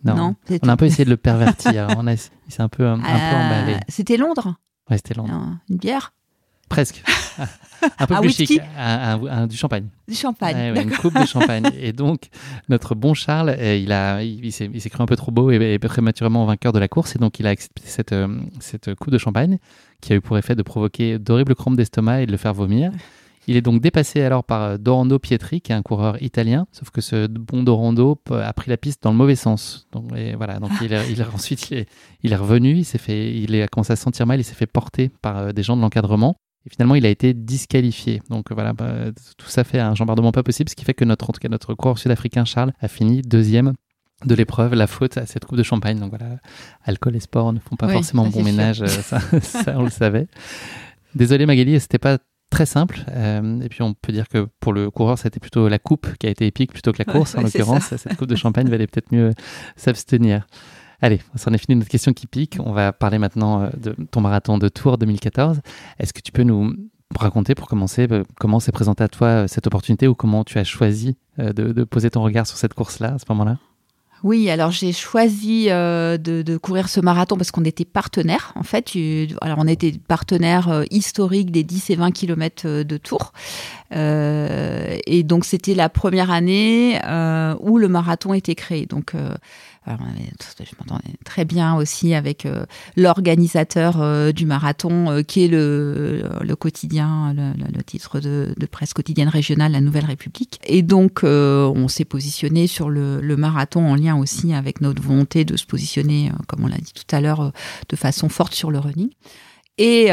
Speaker 1: Non.
Speaker 2: On a un peu essayé de le pervertir. Il s'est un peu emballé.
Speaker 1: C'était Londres.
Speaker 2: Ouais, c'était Londres.
Speaker 1: Une bière.
Speaker 2: Presque. Un peu plus
Speaker 1: whisky.
Speaker 2: chic. Du champagne.
Speaker 1: Du champagne.
Speaker 2: Ouais, une coupe de champagne. Et donc, notre bon Charles, il s'est cru un peu trop beau et prématurément vainqueur de la course. Et donc, il a accepté cette coupe de champagne qui a eu pour effet de provoquer d'horribles crampes d'estomac et de le faire vomir. Il est donc dépassé alors par Dorando Pietri, qui est un coureur italien. Sauf que ce bon Dorando a pris la piste dans le mauvais sens. Donc, ensuite, il est revenu. Il a commencé à se sentir mal. Il s'est fait porter par des gens de l'encadrement. Et finalement, il a été disqualifié. Donc tout ça fait un chambardement pas possible, ce qui fait que notre coureur sud-africain Charles a fini 2e de l'épreuve, la faute à cette coupe de champagne. Donc voilà, alcool et sport ne font pas forcément bon ménage, ça on le savait. Désolé Magali, c'était pas très simple. Et puis on peut dire que pour le coureur, c'était plutôt la coupe qui a été épique plutôt que la course. En l'occurrence, cette coupe de champagne valait peut-être mieux s'abstenir. Allez, ça en est fini de notre question qui pique. On va parler maintenant de ton marathon de Tours 2014. Est-ce que tu peux nous raconter, pour commencer, comment s'est présentée à toi cette opportunité ou comment tu as choisi de poser ton regard sur cette course-là, à ce moment-là ?
Speaker 1: Oui, alors j'ai choisi de courir ce marathon parce qu'on était partenaires. En fait, alors on était partenaires historiques des 10 et 20 km de Tours. Et donc, c'était la première année où le marathon était créé. Donc, je m'entendais très bien aussi avec l'organisateur du marathon, qui est le quotidien, le titre de presse quotidienne régionale, La Nouvelle République. Et donc, on s'est positionné sur le marathon en lien aussi avec notre volonté de se positionner, comme on l'a dit tout à l'heure, de façon forte sur le running. Et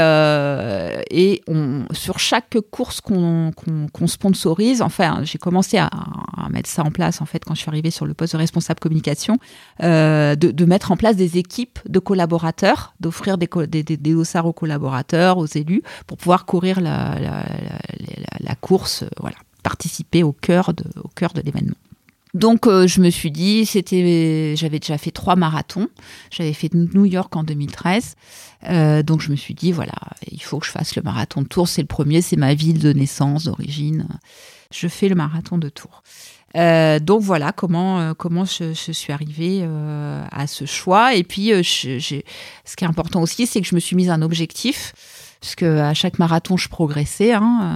Speaker 1: sur chaque course qu'on sponsorise, enfin, j'ai commencé à mettre ça en place en fait quand je suis arrivée sur le poste de responsable communication, de mettre en place des équipes de collaborateurs, d'offrir des dossards aux collaborateurs, aux élus, pour pouvoir courir la course, participer au cœur de l'événement. Donc, je me suis dit, j'avais déjà fait 3 marathons. J'avais fait New York en 2013. Donc, je me suis dit, voilà, il faut que je fasse le marathon de Tours. C'est le premier, c'est ma ville de naissance, d'origine. Je fais le marathon de Tours. Donc, voilà comment je suis arrivée à ce choix. Et puis, ce qui est important aussi, c'est que je me suis mise un objectif, parce qu'à chaque marathon, je progressais,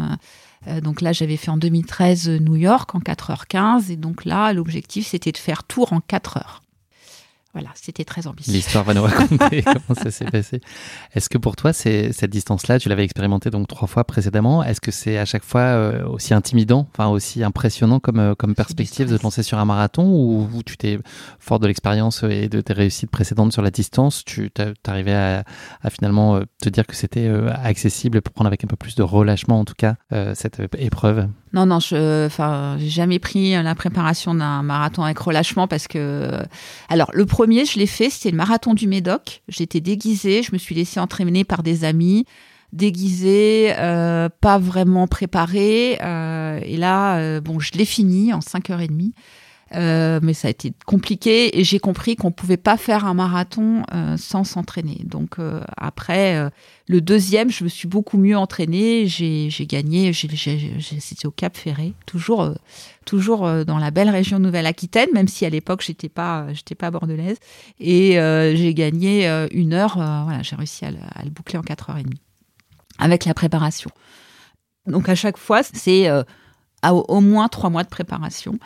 Speaker 1: donc là, j'avais fait en 2013 New York en 4h15. Et donc là, l'objectif, c'était de faire Tours en 4 heures. Voilà, c'était très ambitieux.
Speaker 2: L'histoire va nous raconter comment ça s'est passé. Est-ce que pour toi, cette distance-là, tu l'avais expérimentée donc 3 fois précédemment, est-ce que c'est à chaque fois aussi intimidant, enfin aussi impressionnant comme perspective de te lancer sur un marathon, ou tu t'es fort de l'expérience et de tes réussites précédentes sur la distance, tu t'arrivais à finalement te dire que c'était accessible pour prendre avec un peu plus de relâchement en tout cas cette épreuve?
Speaker 1: Non, j'ai jamais pris la préparation d'un marathon avec relâchement parce que... Alors, le premier, je l'ai fait, c'était le marathon du Médoc. J'étais déguisée, je me suis laissée entraîner par des amis, déguisée, pas vraiment préparée. Et là, je l'ai fini en 5h30. Mais ça a été compliqué et j'ai compris qu'on pouvait pas faire un marathon sans s'entraîner. Donc après le deuxième, je me suis beaucoup mieux entraînée. J'ai gagné. C'était au Cap Ferret, toujours dans la belle région Nouvelle-Aquitaine, même si à l'époque j'étais pas bordelaise. Et j'ai gagné 1 heure. J'ai réussi à le boucler en 4h30 avec la préparation. Donc à chaque fois, c'est au moins 3 mois de préparation.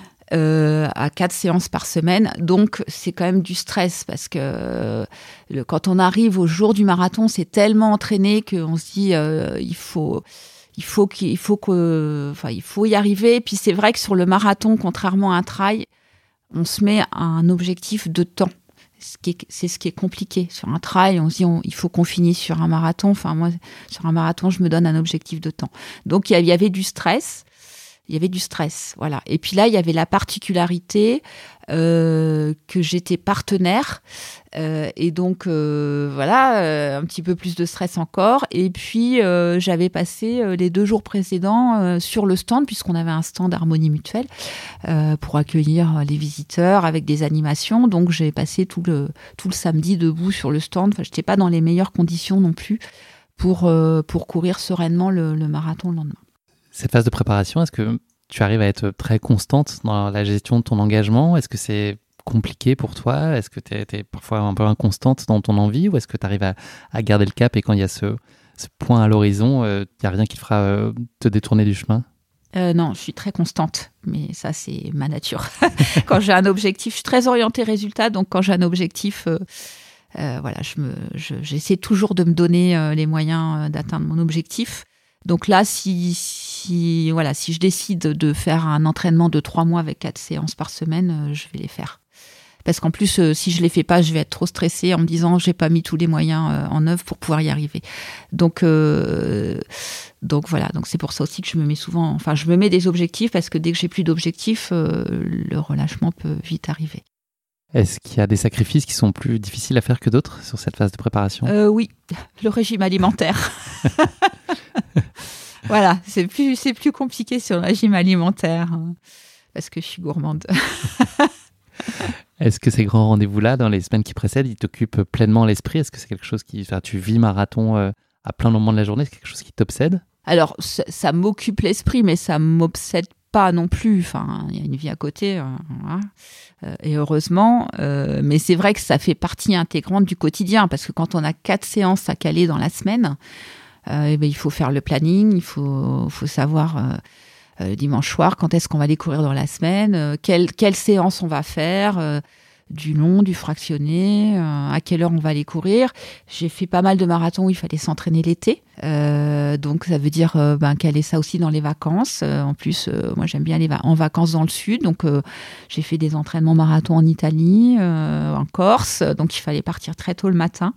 Speaker 1: À 4 séances par semaine, donc c'est quand même du stress parce que quand on arrive au jour du marathon, c'est tellement entraîné qu'on se dit il faut y arriver. Et puis c'est vrai que sur le marathon, contrairement à un trail, on se met un objectif de temps. C'est ce qui est compliqué. Sur un trail, on se dit il faut qu'on finisse sur un marathon. Enfin moi, sur un marathon, je me donne un objectif de temps. Donc il y avait du stress. Voilà. Et puis là, il y avait la particularité que j'étais partenaire. Et donc, un petit peu plus de stress encore. Et puis, j'avais passé les 2 jours précédents sur le stand, puisqu'on avait un stand Harmonie Mutuelle pour accueillir les visiteurs avec des animations. Donc, j'ai passé tout le samedi debout sur le stand. Enfin, je n'étais pas dans les meilleures conditions non plus pour courir sereinement le marathon le lendemain.
Speaker 2: Cette phase de préparation, est-ce que tu arrives à être très constante dans la gestion de ton engagement ? Est-ce que c'est compliqué pour toi? Est-ce que tu es parfois un peu inconstante dans ton envie ou est-ce que tu arrives à garder le cap et quand il y a ce point à l'horizon, il n'y a rien qui te fera te détourner du chemin?
Speaker 1: Non, je suis très constante, mais ça, c'est ma nature. Quand j'ai un objectif, je suis très orientée résultat, donc quand j'ai un objectif, voilà, j'essaie toujours de me donner les moyens d'atteindre mon objectif. Donc là, si je décide de faire un entraînement de 3 mois avec 4 séances par semaine, je vais les faire. Parce qu'en plus, si je les fais pas, je vais être trop stressée en me disant j'ai pas mis tous les moyens en œuvre pour pouvoir y arriver. Donc voilà, donc c'est pour ça aussi que je me mets des objectifs parce que dès que j'ai plus d'objectifs, le relâchement peut vite arriver.
Speaker 2: Est-ce qu'il y a des sacrifices qui sont plus difficiles à faire que d'autres sur cette phase de préparation?
Speaker 1: Oui, le régime alimentaire. Voilà, c'est plus compliqué sur le régime alimentaire parce que je suis gourmande.
Speaker 2: Est-ce que ces grands rendez-vous-là, dans les semaines qui précèdent, ils t'occupent pleinement l'esprit? Est-ce que c'est quelque chose tu vis marathon à plein moments de la journée? C'est quelque chose qui t'obsède?
Speaker 1: Alors, ça m'occupe l'esprit, mais ça m'obsède pas non plus. Enfin, il y a une vie à côté, voilà. Et heureusement. Mais c'est vrai que ça fait partie intégrante du quotidien, parce que quand on a 4 séances à caler dans la semaine, il faut faire le planning, il faut savoir dimanche soir quand est-ce qu'on va aller courir dans la semaine, quelle séance on va faire, du long, du fractionné, à quelle heure on va aller courir. J'ai fait pas mal de marathons où il fallait s'entraîner l'été. Donc ça veut dire caler ça aussi dans les vacances. En plus, moi j'aime bien aller en vacances dans le sud. Donc j'ai fait des entraînements marathons en Italie, en Corse. Donc il fallait partir très tôt le matin.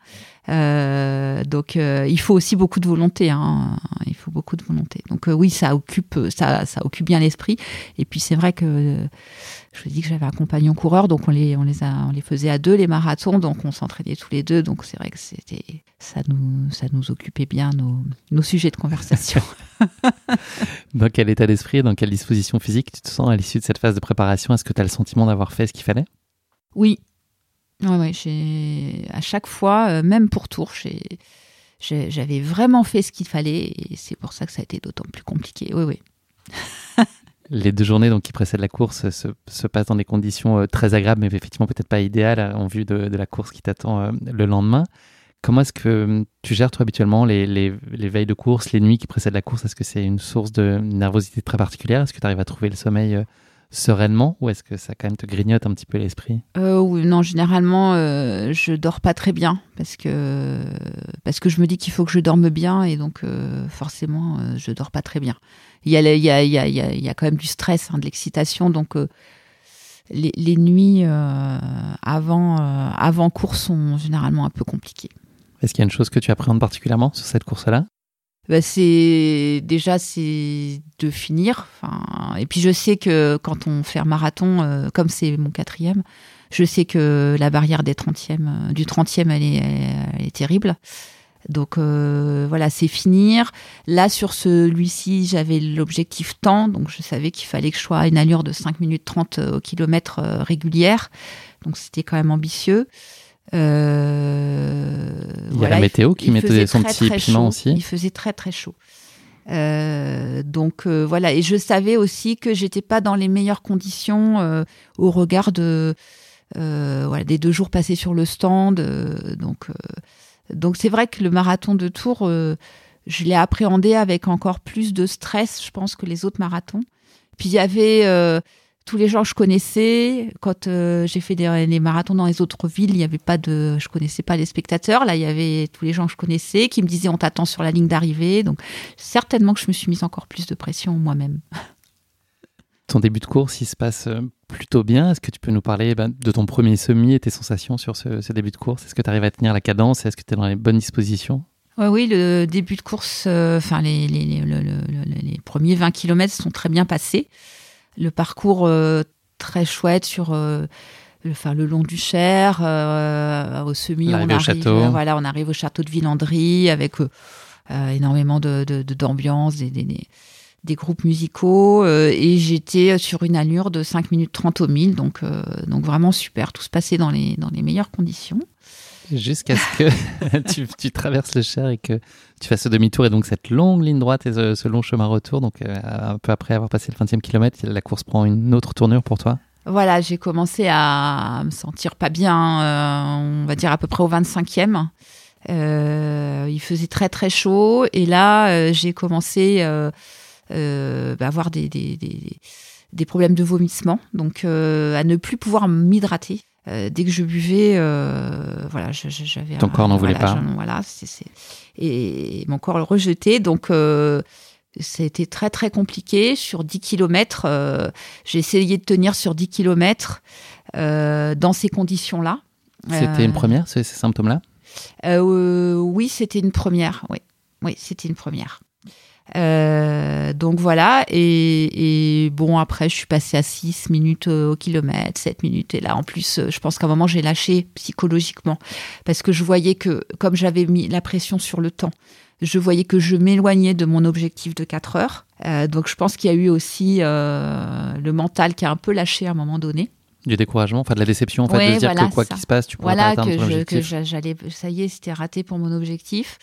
Speaker 1: Donc il faut aussi beaucoup de volonté. Il faut beaucoup de volonté. Donc oui, ça occupe bien l'esprit. Et puis c'est vrai que je vous dis que j'avais un compagnon coureur, donc on les faisait à 2 les marathons, donc on s'entraînait tous les 2, donc c'est vrai que ça nous occupait bien nos sujets de conversation.
Speaker 2: Dans quel état d'esprit, dans quelle disposition physique tu te sens à l'issue de cette phase de préparation? Est-ce que tu as le sentiment d'avoir fait ce qu'il fallait?
Speaker 1: Oui. Ouais, à chaque fois, même pour Tours, j'avais vraiment fait ce qu'il fallait et c'est pour ça que ça a été d'autant plus compliqué. Oui.
Speaker 2: Les 2 journées qui précèdent la course se passent dans des conditions très agréables, mais effectivement peut-être pas idéales en vue de la course qui t'attend le lendemain. Comment est-ce que tu gères toi habituellement les veilles de course, les nuits qui précèdent la course? Est-ce que c'est une source de nervosité très particulière? Est-ce que tu arrives à trouver le sommeil sereinement ou est-ce que ça quand même te grignote un petit peu l'esprit?
Speaker 1: Oui, non, généralement je dors pas très bien parce que je me dis qu'il faut que je dorme bien et donc forcément je dors pas très bien. Il y a quand même du stress, de l'excitation, donc les nuits avant course sont généralement un peu compliquées.
Speaker 2: Est-ce qu'il y a une chose que tu appréhendes particulièrement sur cette course-là?
Speaker 1: C'est de finir. Et puis je sais que quand on fait un marathon, comme c'est mon 4e, je sais que la barrière du 30e, elle est terrible. Donc voilà, c'est finir. Là, sur celui-ci, j'avais l'objectif temps, donc je savais qu'il fallait que je sois à une allure de 5 minutes 30 au kilomètre régulière. Donc c'était quand même ambitieux.
Speaker 2: Il y a la météo qui mettait son petit piment aussi.
Speaker 1: Il faisait très très chaud. Donc voilà, et je savais aussi que j'étais pas dans les meilleures conditions au regard des 2 jours passés sur le stand. Donc c'est vrai que le marathon de Tours, je l'ai appréhendé avec encore plus de stress, je pense, que les autres marathons. Puis il y avait tous les gens que je connaissais. Quand j'ai fait les marathons dans les autres villes, je connaissais pas les spectateurs. Là, il y avait tous les gens que je connaissais qui me disaient on t'attend sur la ligne d'arrivée. Donc certainement que je me suis mise encore plus de pression moi-même.
Speaker 2: Ton début de course, il se passe plutôt bien. Est-ce que tu peux nous parler de ton premier semi et tes sensations sur ce début de course? Est-ce que tu arrives à tenir la cadence? Est-ce que tu es dans les bonnes dispositions?
Speaker 1: Oui, le début de course, les premiers 20 km sont très bien passés. Le parcours très chouette sur le long du Cher, au semi, on arrive au château de Villandry avec énormément d'ambiance, des groupes musicaux et j'étais sur une allure de 5 minutes 30 au 1000, donc vraiment super, tout se passait dans les meilleures conditions.
Speaker 2: Jusqu'à ce que tu traverses le Cher et que tu fasses ce demi-tour et donc cette longue ligne droite et ce long chemin retour. Donc un peu après avoir passé le 20e kilomètre, la course prend une autre tournure pour toi?
Speaker 1: Voilà, j'ai commencé à me sentir pas bien, on va dire à peu près au 25e. Il faisait très très chaud et là j'ai commencé à avoir des problèmes de vomissement, donc à ne plus pouvoir m'hydrater. Dès que je buvais, voilà, j'avais
Speaker 2: ton corps n'en voulait pas.
Speaker 1: Voilà, et mon corps le rejetait, donc ça a été très très compliqué. Sur 10 km, j'ai essayé de tenir sur 10 km dans ces conditions-là.
Speaker 2: C'était une première, ces symptômes-là?
Speaker 1: Oui, c'était une première. Oui, c'était une première. Donc voilà, et bon, après je suis passée à 6 minutes au kilomètre, 7 minutes, et là en plus je pense qu'à un moment j'ai lâché psychologiquement, parce que je voyais que comme j'avais mis la pression sur le temps, je voyais que je m'éloignais de mon objectif de 4 heures, donc je pense qu'il y a eu aussi le mental qui a un peu lâché à un moment donné.
Speaker 2: Du découragement, enfin de la déception, en fait, de se dire que quoi qu'il se passe, tu pourrais pas atteindre ton objectif.
Speaker 1: Que j'allais, ça y est, c'était raté pour mon objectif.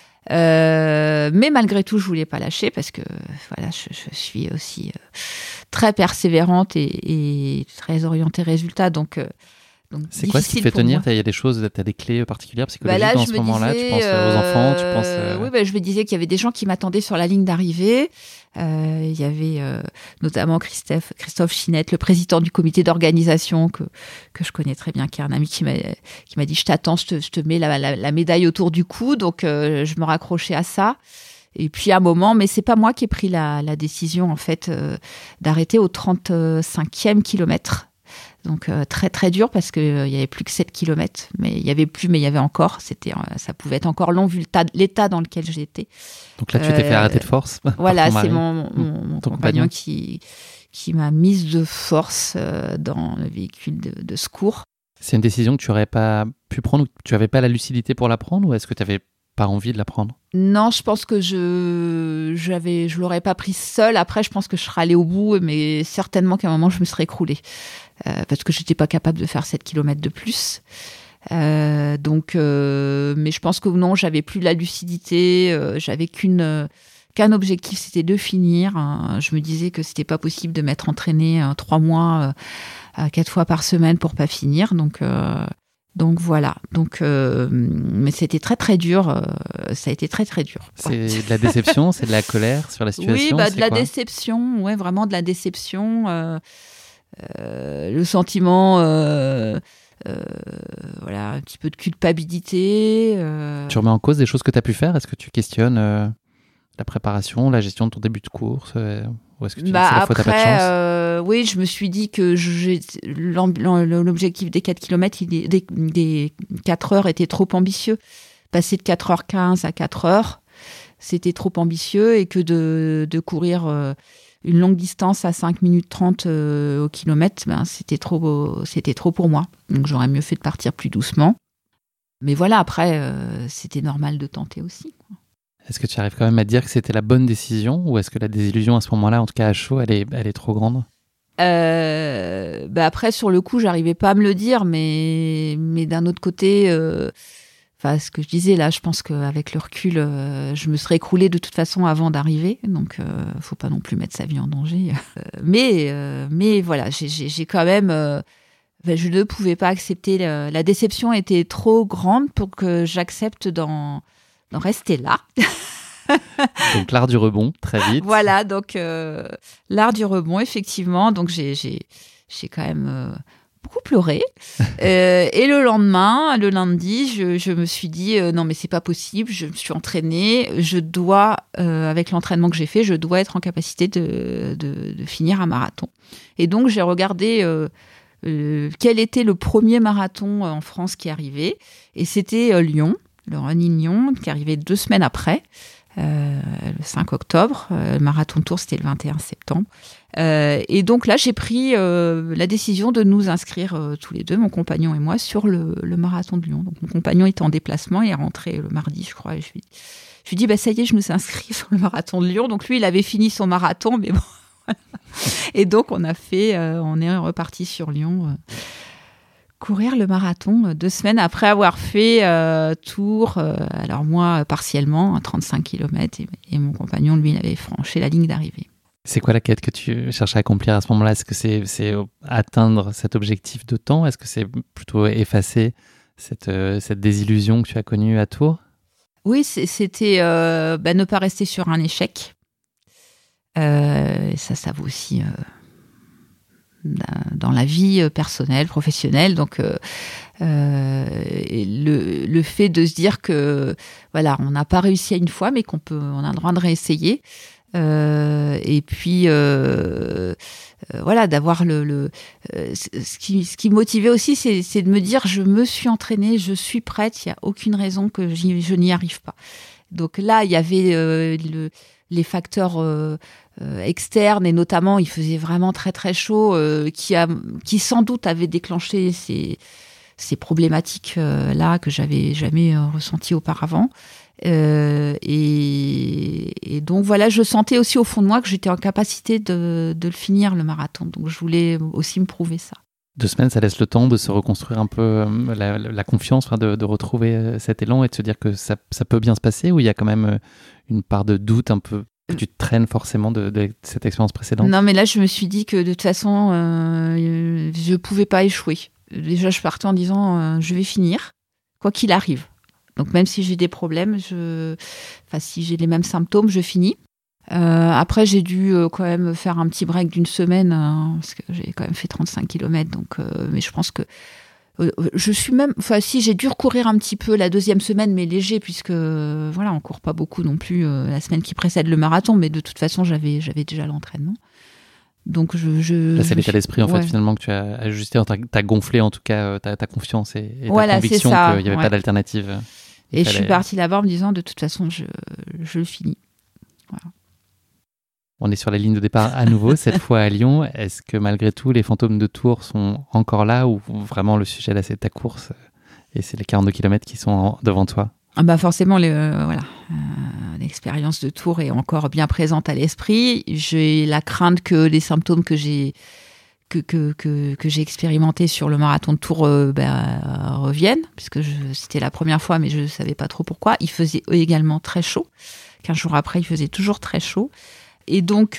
Speaker 1: Mais malgré tout, je voulais pas lâcher parce que voilà, je suis aussi très persévérante et très orientée résultat. Donc
Speaker 2: c'est quoi ce qui te fait tenir? Il y a des choses, tu as des clés particulières psychologiques dans ce moment-là? Tu penses aux enfants, tu penses...
Speaker 1: Oui, je me disais qu'il y avait des gens qui m'attendaient sur la ligne d'arrivée. Il y avait notamment Christophe Chinette, le président du comité d'organisation que je connais très bien, qui est un ami qui m'a dit « Je t'attends, je te mets la médaille autour du cou ». Donc, je me raccrochais à ça. Et puis, à un moment, mais c'est pas moi qui ai pris la décision, en fait, d'arrêter au 35e kilomètre. Donc très très dur parce qu'il n'y avait plus que 7 km, mais il y avait encore, ça pouvait être encore long vu l'état dans lequel j'étais.
Speaker 2: Donc là tu t'es fait arrêter de force?
Speaker 1: Voilà, c'est mon compagnon qui m'a mise de force dans le véhicule de secours.
Speaker 2: C'est une décision que tu n'aurais pas pu prendre, ou que tu n'avais pas la lucidité pour la prendre, ou est-ce que tu n'avais pas envie de la prendre?
Speaker 1: Non, je pense que je l'aurais pas prise seule. Après, je pense que je serais allée au bout, mais certainement qu'à un moment, je me serais écroulée. Parce que j'étais pas capable de faire 7 km de plus. Mais je pense que non, j'avais plus la lucidité, j'avais qu'un objectif, c'était de finir. Je me disais que c'était pas possible de m'être entraînée 3 mois 4 fois par semaine pour pas finir. Donc voilà. Mais c'était très très dur. Ça a été très très dur.
Speaker 2: C'est de la déception, c'est de la colère sur la situation.
Speaker 1: Oui, de la déception. Ouais, vraiment de la déception. Le sentiment, voilà, un petit peu de culpabilité.
Speaker 2: Tu remets en cause des choses que tu as pu faire? Est-ce que tu questionnes la préparation, la gestion de ton début de course, ou est-ce que tu dis que c'est la faute à pas de chance?
Speaker 1: Oui, je me suis dit que l'objectif des 4 km, des 4 heures était trop ambitieux. Passer de 4h15 à 4 heures, c'était trop ambitieux, et que de courir une longue distance à 5 minutes 30 au kilomètre, c'était trop pour moi. Donc j'aurais mieux fait de partir plus doucement. Mais voilà, après, c'était normal de tenter aussi.
Speaker 2: Est-ce que tu arrives quand même à te dire que c'était la bonne décision, ou est-ce que la désillusion à ce moment-là, en tout cas à chaud, elle est trop grande?
Speaker 1: Après, sur le coup, j'arrivais pas à me le dire, mais d'un autre côté, ce que je disais là, je pense qu'avec le recul, je me serais écroulée de toute façon avant d'arriver, donc faut pas non plus mettre sa vie en danger. Mais voilà, j'ai quand même, je ne pouvais pas accepter. La déception était trop grande pour que j'accepte d'en rester là.
Speaker 2: Donc l'art du rebond, très vite.
Speaker 1: Voilà, donc l'art du rebond, effectivement. Donc j'ai quand même beaucoup pleuré. Et le lendemain, le lundi, je me suis dit non, mais c'est pas possible. Je me suis entraînée. Je dois, avec l'entraînement que j'ai fait, je dois être en capacité de finir un marathon. Et donc j'ai regardé quel était le premier marathon en France qui arrivait. Et c'était Lyon, le Running Lyon, qui arrivait 2 semaines après. Le 5 octobre, le marathon de Tours c'était le 21 septembre, et donc là j'ai pris la décision de nous inscrire tous les deux, mon compagnon et moi, sur le marathon de Lyon. Donc mon compagnon était en déplacement, il est rentré le mardi je crois, et je lui dis ça y est, je me suis inscrit sur le marathon de Lyon. Donc lui il avait fini son marathon, mais bon voilà. Et donc on est reparti sur Lyon courir le marathon 2 semaines après avoir fait Tours, alors moi partiellement, 35 km, et mon compagnon, lui, il avait franchi la ligne d'arrivée.
Speaker 2: C'est quoi la quête que tu cherches à accomplir à ce moment-là? Est-ce que c'est atteindre cet objectif de temps? Est-ce que c'est plutôt effacer cette désillusion que tu as connue à Tours?
Speaker 1: Oui, c'était ne pas rester sur un échec. Ça vaut aussi dans la vie personnelle, professionnelle. Donc, le fait de se dire que voilà, on n'a pas réussi à une fois, mais on a le droit de réessayer. Et puis voilà, d'avoir ce qui me motivait aussi, c'est de me dire je me suis entraînée, je suis prête, il n'y a aucune raison que je n'y arrive pas. Donc là, il y avait les facteurs externes, et notamment il faisait vraiment très très chaud, qui sans doute avaient déclenché ces problématiques là que j'avais jamais ressenties auparavant. Et donc voilà, je sentais aussi au fond de moi que j'étais en capacité de le finir, le marathon. Donc je voulais aussi me prouver ça.
Speaker 2: 2 semaines, ça laisse le temps de se reconstruire un peu la confiance, de retrouver cet élan et de se dire que ça peut bien se passer, ou il y a quand même une part de doute un peu que tu te traînes forcément de cette expérience précédente? Non,
Speaker 1: mais là, je me suis dit que de toute façon, je ne pouvais pas échouer. Déjà, je partais en disant je vais finir, quoi qu'il arrive. Donc même si j'ai des problèmes, si j'ai les mêmes symptômes, je finis. Après, j'ai dû quand même faire un petit break d'1 semaine, parce que j'ai quand même fait 35 km. Donc, mais je pense que je suis même... si, j'ai dû recourir un petit peu la 2e semaine, mais léger, puisque voilà, on court pas beaucoup non plus la semaine qui précède le marathon. Mais de toute façon, j'avais déjà l'entraînement. Donc là, c'est
Speaker 2: l'état d'esprit en fait finalement que tu as ajusté, tu as gonflé en tout cas ta confiance et ta conviction qu'il n'y avait pas d'alternative.
Speaker 1: Et je suis partie là-bas en me disant de toute façon je le finis. Voilà.
Speaker 2: On est sur la ligne de départ à nouveau, cette fois à Lyon. Est-ce que malgré tout les fantômes de Tours sont encore là, ou vraiment le sujet là c'est ta course et c'est les 42 km qui sont devant toi?
Speaker 1: Forcément, l'expérience de Tours est encore bien présente à l'esprit. J'ai la crainte que les symptômes que j'ai expérimentés sur le marathon de Tours reviennent, puisque c'était la première fois, mais je ne savais pas trop pourquoi. Il faisait également très chaud. 15 jours après, il faisait toujours très chaud. Et donc,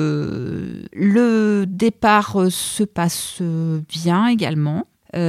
Speaker 1: le départ se passe bien également.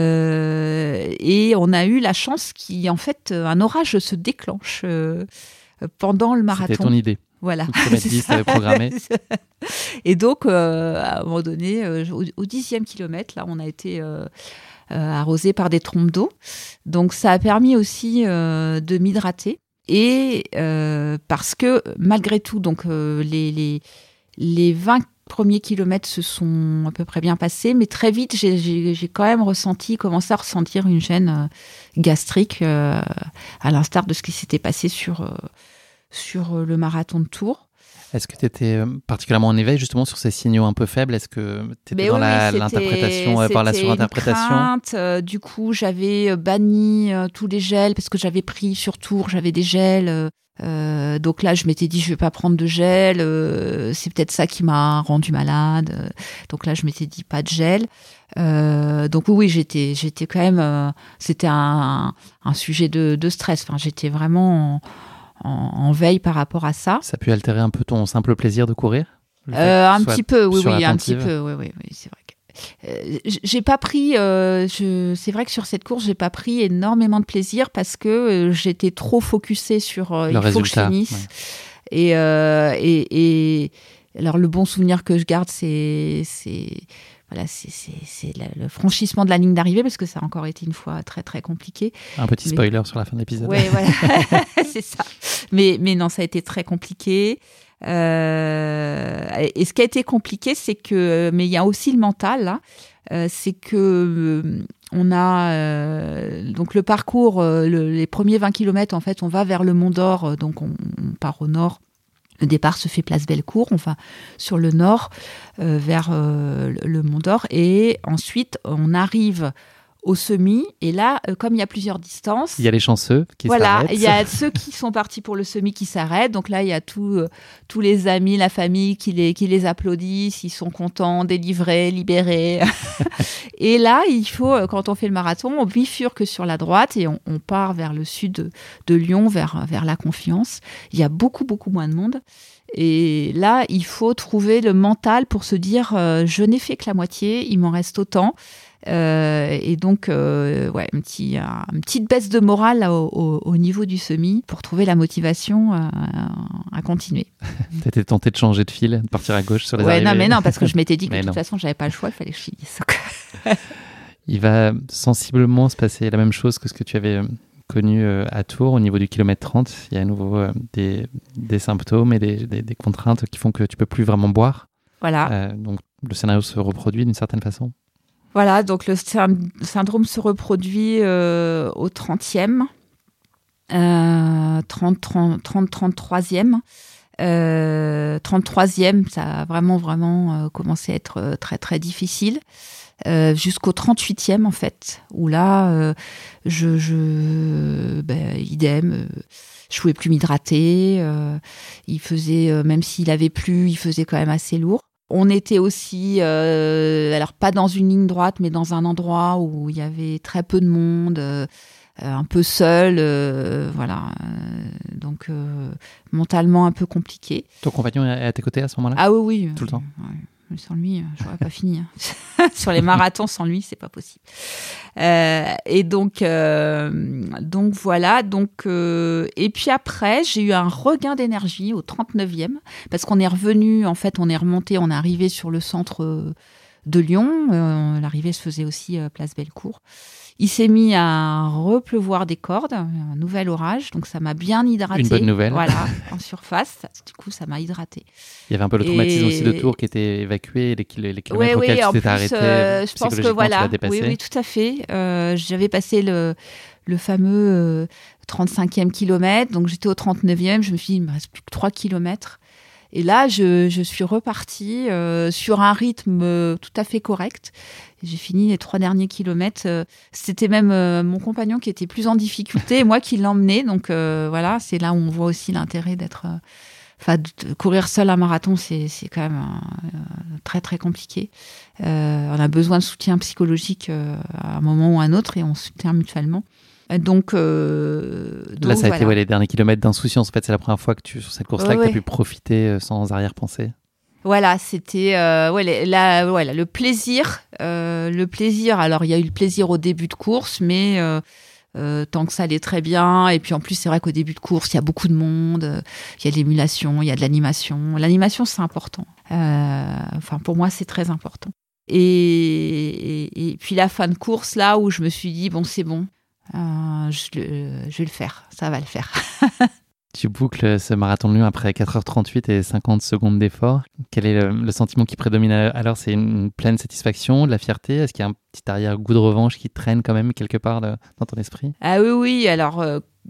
Speaker 1: Et on a eu la chance qu'en fait un orage se déclenche pendant le marathon.
Speaker 2: C'était ton idée.
Speaker 1: Voilà.
Speaker 2: Tu avais programmé.
Speaker 1: Et donc à un moment donné, au 10e kilomètre, là, on a été arrosé par des trompes d'eau. Donc ça a permis aussi de m'hydrater. Et parce que malgré tout, donc les 20 premiers kilomètres se sont à peu près bien passés, mais très vite, j'ai quand même commencé à ressentir une gêne gastrique, à l'instar de ce qui s'était passé sur le marathon de Tours.
Speaker 2: Est-ce que tu étais particulièrement en éveil justement sur ces signaux un peu faibles? Est-ce que tu étais dans l'interprétation, par la surinterprétation?
Speaker 1: Du coup, j'avais banni tous les gels parce que j'avais pris sur Tours, j'avais des gels. Donc là, je m'étais dit, je vais pas prendre de gel. C'est peut-être ça qui m'a rendu malade. Donc là, je m'étais dit, pas de gel. Donc oui, j'étais quand même... c'était un sujet de stress. Enfin, j'étais vraiment en veille par rapport à ça.
Speaker 2: Ça a pu altérer un peu ton simple plaisir de courir?
Speaker 1: Un petit peu, oui, un petit peu. Oui, c'est vrai. J'ai pas pris, c'est vrai que sur cette course, j'ai pas pris énormément de plaisir parce que j'étais trop focusée sur il faut que je finisse. Ouais. Et alors le bon souvenir que je garde, c'est le franchissement de la ligne d'arrivée, parce que ça a encore été une fois très très compliqué.
Speaker 2: Un petit spoiler sur la fin de l'épisode.
Speaker 1: Oui, voilà, c'est ça. Mais non, ça a été très compliqué. Et ce qui a été compliqué, c'est que, mais il y a aussi le mental, là, c'est que on a donc le parcours, les premiers 20 km, en fait, on va vers le Mont d'Or, donc on part au nord. Le départ se fait place Bellecour, on va sur le nord vers le Mont d'Or, et ensuite on arrive au semi, et là, comme il y a plusieurs distances...
Speaker 2: Il y a les chanceux qui s'arrêtent.
Speaker 1: Voilà, il y a ceux qui sont partis pour le semi qui s'arrêtent, donc là, il y a tous les amis, la famille qui les applaudissent, ils sont contents, délivrés, libérés. Et là, il faut, quand on fait le marathon, on bifurque sur la droite et on part vers le sud de Lyon, vers la Confiance. Il y a beaucoup, beaucoup moins de monde. Et là, il faut trouver le mental pour se dire je n'ai fait que la moitié, il m'en reste autant. Et donc, une petite baisse de morale là, au niveau du semi pour trouver la motivation à continuer.
Speaker 2: T'étais tenté de changer de fil, de partir à gauche sur les arrivées.
Speaker 1: Non, parce que je m'étais dit que de toute façon, j'avais pas le choix, il fallait que je finisse.
Speaker 2: Il va sensiblement se passer la même chose que ce que tu avais connu à Tours au niveau du kilomètre 30. Il y a à nouveau des symptômes et des contraintes qui font que tu peux plus vraiment boire.
Speaker 1: Voilà.
Speaker 2: Donc, le scénario se reproduit d'une certaine façon.
Speaker 1: Voilà, donc le syndrome se reproduit au 30e, 33e. 33e, ça a vraiment commencé à être très, très difficile. Jusqu'au 38e, en fait, où là, idem, je pouvais plus m'hydrater. Il faisait, même s'il avait plu, il faisait quand même assez lourd. On était aussi, alors pas dans une ligne droite, mais dans un endroit où il y avait très peu de monde, un peu seul, donc mentalement un peu compliqué.
Speaker 2: Ton compagnon est à tes côtés à ce moment-là ?
Speaker 1: Ah oui.
Speaker 2: Tout le temps ?
Speaker 1: Sans lui, j'aurais pas fini. Sur les marathons, sans lui, c'est pas possible. Et donc voilà. Et puis après, j'ai eu un regain d'énergie au 39e, parce qu'on est revenu, en fait, on est remonté, on est arrivé sur le centre de Lyon. L'arrivée se faisait aussi place Bellecour. Il s'est mis à repleuvoir des cordes, un nouvel orage, donc ça m'a bien hydraté.
Speaker 2: Une bonne nouvelle.
Speaker 1: Voilà, en surface. Du coup, ça m'a hydraté.
Speaker 2: Il y avait un peu le traumatisme aussi de Tours qui était évacué, les kilomètres auxquels tu t'étais arrêté.
Speaker 1: Je pense que voilà, oui, tout à fait. J'avais passé le fameux 35e kilomètre, donc j'étais au 39e. Je me suis dit, il me reste plus que 3 kilomètres. Et là, je suis repartie sur un rythme tout à fait correct. J'ai fini les 3 derniers kilomètres. C'était même mon compagnon qui était plus en difficulté et moi qui l'emmenais. Donc voilà, c'est là où on voit aussi l'intérêt d'être... de courir seul un marathon, c'est quand même très, très compliqué. On a besoin de soutien psychologique à un moment ou à un autre et on se soutient mutuellement. Donc
Speaker 2: là, ça a été les derniers kilomètres d'insouciance. En fait, c'est la première fois que sur cette course-là, que tu as pu profiter sans arrière-pensée.
Speaker 1: Voilà, c'était le plaisir. Le plaisir. Alors, il y a eu le plaisir au début de course, mais tant que ça allait très bien. Et puis, en plus, c'est vrai qu'au début de course, il y a beaucoup de monde. Il y a de l'émulation, il y a de l'animation. L'animation, c'est important. Pour moi, c'est très important. Et puis, la fin de course, là où je me suis dit, bon, c'est bon. Je vais le faire, ça va le faire.
Speaker 2: Tu boucles ce marathon de Lyon après 4h38 et 50 secondes d'effort. Quel est le sentiment qui prédomine alors ? C'est une pleine satisfaction, de la fierté ? Est-ce qu'il y a un petit arrière-goût de revanche qui traîne quand même quelque part dans ton esprit ?
Speaker 1: Ah oui, alors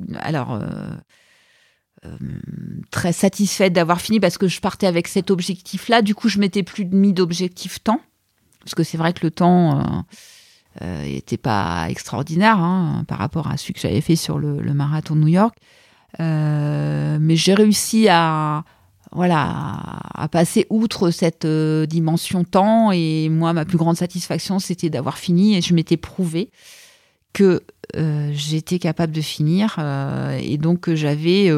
Speaker 1: très satisfaite d'avoir fini parce que je partais avec cet objectif-là. Du coup, je m'étais plus mis d'objectif temps, parce que c'est vrai que le temps... n'était pas extraordinaire par rapport à celui que j'avais fait sur le marathon de New York. Mais j'ai réussi à passer outre cette dimension temps. Et moi, ma plus grande satisfaction, c'était d'avoir fini. Et je m'étais prouvé que j'étais capable de finir. Et donc, j'avais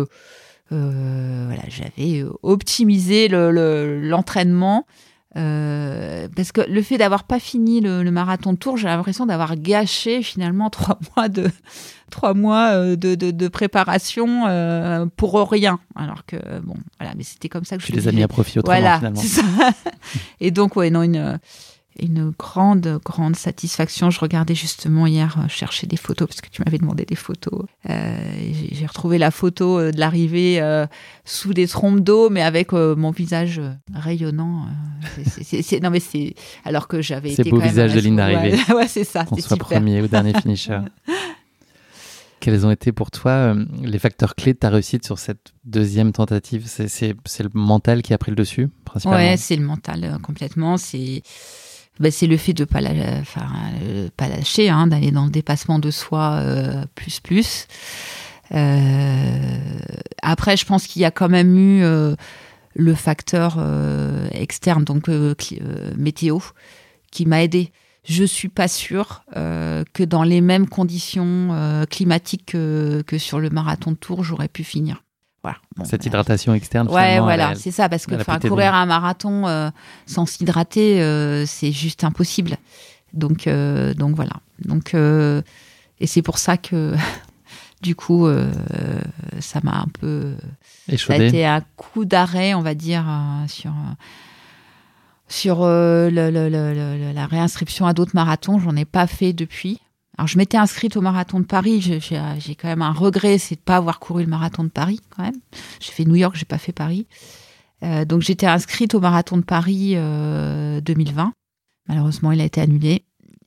Speaker 1: optimisé l'entraînement. Parce que le fait d'avoir pas fini le marathon de Tours, j'ai l'impression d'avoir gâché finalement 3 mois de préparation pour rien. Alors que bon, voilà, mais c'était comme ça que
Speaker 2: tu les as mis à profit autrement finalement.
Speaker 1: C'est ça. Et donc une grande satisfaction. Je regardais justement hier, chercher des photos parce que tu m'avais demandé des photos. J'ai retrouvé la photo de l'arrivée sous des trompes d'eau, mais avec mon visage rayonnant. C'est alors que j'avais été.
Speaker 2: C'est beau visage de ligne d'arrivée.
Speaker 1: Ouais, c'est ça.
Speaker 2: Qu'on
Speaker 1: c'est
Speaker 2: soit
Speaker 1: super.
Speaker 2: premier ou dernier finisher. Quels ont été pour toi les facteurs clés de ta réussite sur cette deuxième tentative ? C'est le mental qui a pris le dessus, principalement ? Ouais,
Speaker 1: c'est le mental complètement. C'est le fait de pas lâcher, d'aller dans le dépassement de soi plus. Après, je pense qu'il y a quand même eu le facteur externe, donc météo, qui m'a aidée. Je suis pas sûre que dans les mêmes conditions climatiques que sur le marathon de Tours, j'aurais pu finir. Voilà. Bon,
Speaker 2: cette hydratation externe,
Speaker 1: ouais,
Speaker 2: finalement,
Speaker 1: voilà, c'est ça, parce que courir un marathon sans s'hydrater, c'est juste impossible. Donc voilà. Donc, et c'est pour ça que, du coup, ça m'a un peu...
Speaker 2: échaudé.
Speaker 1: Ça a été un coup d'arrêt, on va dire, sur la réinscription à d'autres marathons. J'en ai pas fait depuis. Alors, je m'étais inscrite au marathon de Paris. J'ai quand même un regret, c'est de pas avoir couru le marathon de Paris, quand même. J'ai fait New York, j'ai pas fait Paris. Donc, j'étais inscrite au marathon de Paris 2020. Malheureusement, il a été annulé.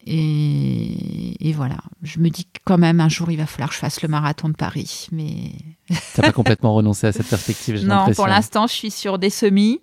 Speaker 1: Et voilà. Je me dis que quand même, un jour, il va falloir que je fasse le marathon de Paris. Mais...
Speaker 2: T'as pas complètement renoncé à cette perspective, j'ai
Speaker 1: non,
Speaker 2: l'impression.
Speaker 1: pour l'instant, je suis sur des semis.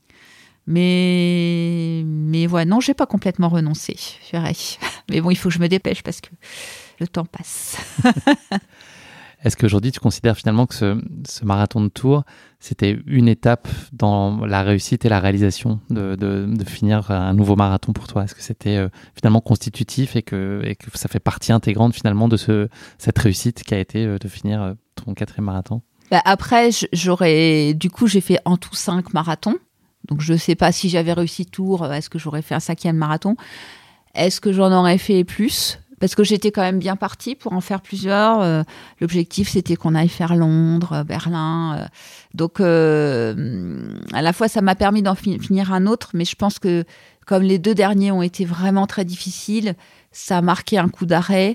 Speaker 1: Mais ouais, non, j'ai pas complètement renoncé, je dirais. Mais bon, il faut que je me dépêche parce que le temps passe.
Speaker 2: Est-ce qu'aujourd'hui, tu considères finalement que ce marathon de Tours, c'était une étape dans la réussite et la réalisation de finir un nouveau marathon pour toi? Est-ce que c'était finalement constitutif et que ça fait partie intégrante finalement de cette réussite qui a été de finir ton 4e marathon?
Speaker 1: Après, j'ai fait en tout 5 marathons. Donc, je ne sais pas si j'avais réussi Tours, est-ce que j'aurais fait un 5e marathon? Est-ce que j'en aurais fait plus? Parce que j'étais quand même bien partie pour en faire plusieurs. L'objectif, c'était qu'on aille faire Londres, Berlin. Donc, à la fois, ça m'a permis d'en finir un autre. Mais je pense que comme les 2 derniers ont été vraiment très difficiles, ça a marqué un coup d'arrêt.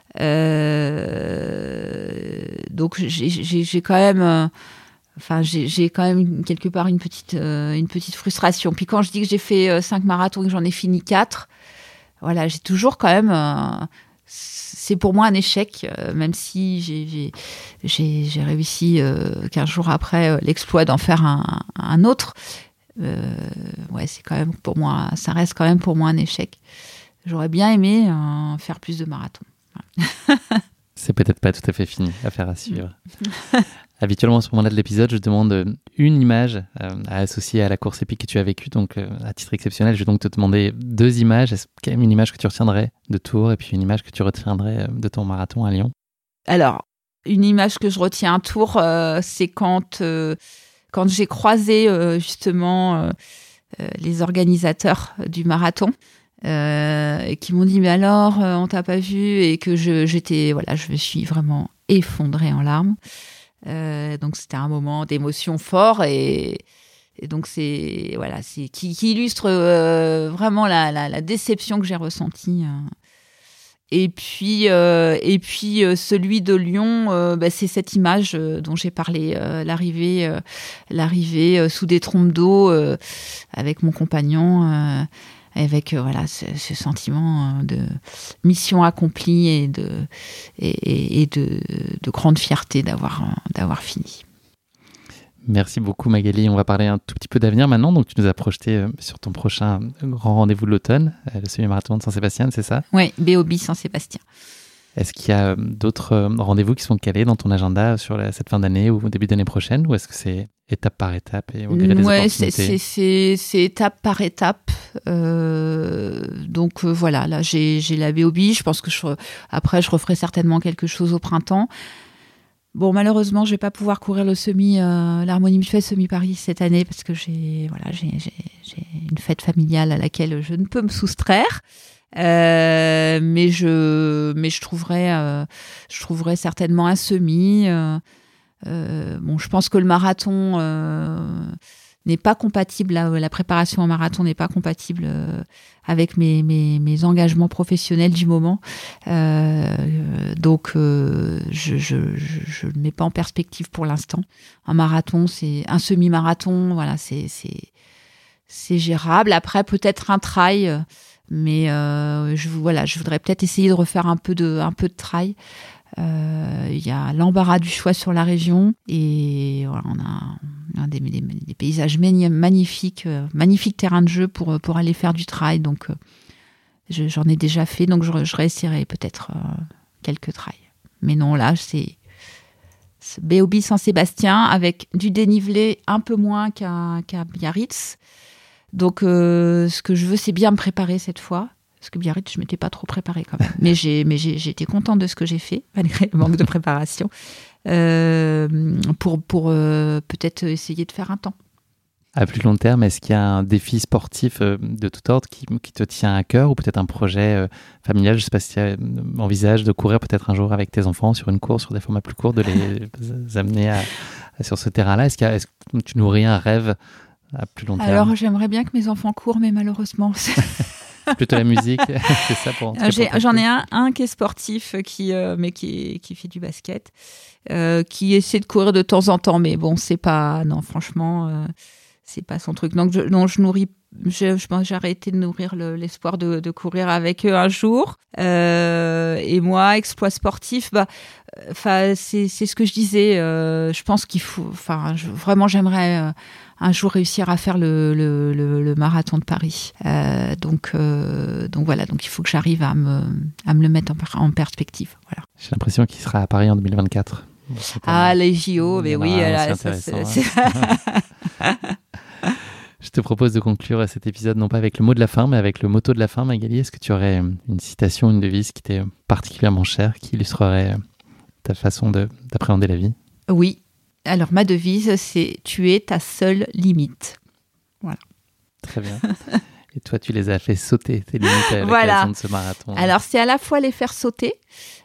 Speaker 1: Donc, j'ai quand même... j'ai quand même quelque part une petite frustration. Puis quand je dis que j'ai fait 5 marathons et que j'en ai fini 4, voilà, j'ai toujours quand même... c'est pour moi un échec, même si j'ai réussi 15 jours après l'exploit d'en faire un autre. Ouais, c'est quand même pour moi, ça reste quand même pour moi un échec. J'aurais bien aimé faire plus de marathons.
Speaker 2: C'est peut-être pas tout à fait fini, affaire à suivre. Habituellement, à ce moment-là de l'épisode, je demande une image à associer à la course épique que tu as vécue. Donc, à titre exceptionnel, je vais donc te demander 2 images. Est-ce qu'il y a une image que tu retiendrais de Tours et puis une image que tu retiendrais de ton marathon à Lyon?
Speaker 1: Alors, une image que je retiens à Tours, c'est quand j'ai croisé justement les organisateurs du marathon. Qui m'ont dit mais alors on t'a pas vu, et que je me suis vraiment effondrée en larmes. Donc c'était un moment d'émotion fort, et donc c'est qui illustre vraiment la déception que j'ai ressentie. Et puis celui de Lyon, c'est cette image dont j'ai parlé, l'arrivée sous des trompes d'eau avec mon compagnon. Avec ce sentiment de mission accomplie et de grande fierté d'avoir fini.
Speaker 2: Merci beaucoup Magali. On va parler un tout petit peu d'avenir maintenant. Donc tu nous as projeté sur ton prochain grand rendez-vous de l'automne, le semi-marathon de Saint-Sébastien, c'est ça?
Speaker 1: Oui, BOB Saint-Sébastien.
Speaker 2: Est-ce qu'il y a d'autres rendez-vous qui sont calés dans ton agenda sur cette fin d'année ou au début d'année prochaine, ou est-ce que c'est étape par étape et au gré des opportunités?
Speaker 1: c'est étape par étape. Donc voilà, là j'ai la BOB. Je pense que après je referai certainement quelque chose au printemps. Bon, malheureusement, je vais pas pouvoir courir l'Harmonie Mutuelle Semi-Paris cette année parce que j'ai une fête familiale à laquelle je ne peux me soustraire. Mais je trouverai certainement un semi. Bon, je pense que le marathon n'est pas compatible, la préparation au marathon n'est pas compatible avec mes engagements professionnels du moment. Donc, je ne mets pas en perspective pour l'instant. Un marathon, c'est un semi-marathon, voilà, c'est gérable. Après, peut-être un trail. Mais je voudrais peut-être essayer de refaire un peu de trail. Il y a l'embarras du choix sur la région, et voilà, on a des paysages magnifiques, magnifiques terrains de jeu pour aller faire du trail. Donc j'en ai déjà fait, donc je réessayerai peut-être quelques trails. Mais non, là c'est BOB Saint-Sébastien avec du dénivelé un peu moins qu'à Biarritz. Donc, ce que je veux, c'est bien me préparer cette fois. Parce que Biarritz, je m'étais pas trop préparée quand même. Mais j'étais contente de ce que j'ai fait, malgré le manque de préparation, pour peut-être essayer de faire un temps.
Speaker 2: À plus long terme, est-ce qu'il y a un défi sportif de tout ordre qui te tient à cœur, ou peut-être un projet familial? Je ne sais pas si tu envisages de courir peut-être un jour avec tes enfants sur une course, sur des formats plus courts, de les amener sur ce terrain-là. Est-ce que tu nourris un rêve à plus long terme?
Speaker 1: Alors, j'aimerais bien que mes enfants courent, mais malheureusement...
Speaker 2: C'est plutôt la musique, c'est ça pour
Speaker 1: J'en ai un qui est sportif, qui fait du basket, qui essaie de courir de temps en temps, mais bon, c'est pas... Non, franchement... c'est pas son truc. Donc, je nourris. J'ai arrêté de nourrir l'espoir de courir avec eux un jour. Et moi, exploit sportif, c'est ce que je disais. Je pense qu'il faut. Vraiment, j'aimerais un jour réussir à faire le marathon de Paris. Donc voilà. Donc il faut que j'arrive à me le mettre en perspective. Voilà.
Speaker 2: J'ai l'impression qu'il sera à Paris en 2024.
Speaker 1: Les JO, mais oui.
Speaker 2: C'est Je te propose de conclure cet épisode non pas avec le mot de la fin, mais avec le motto de la fin. Magali, est-ce que tu aurais une citation, une devise qui t'est particulièrement chère, qui illustrerait ta façon d'appréhender la vie?
Speaker 1: Oui. Alors, ma devise, c'est « Tu es ta seule limite ». Voilà.
Speaker 2: Très bien. Et toi, tu les as fait sauter, tes limites à l'occasion de ce marathon.
Speaker 1: Alors, c'est à la fois les faire sauter,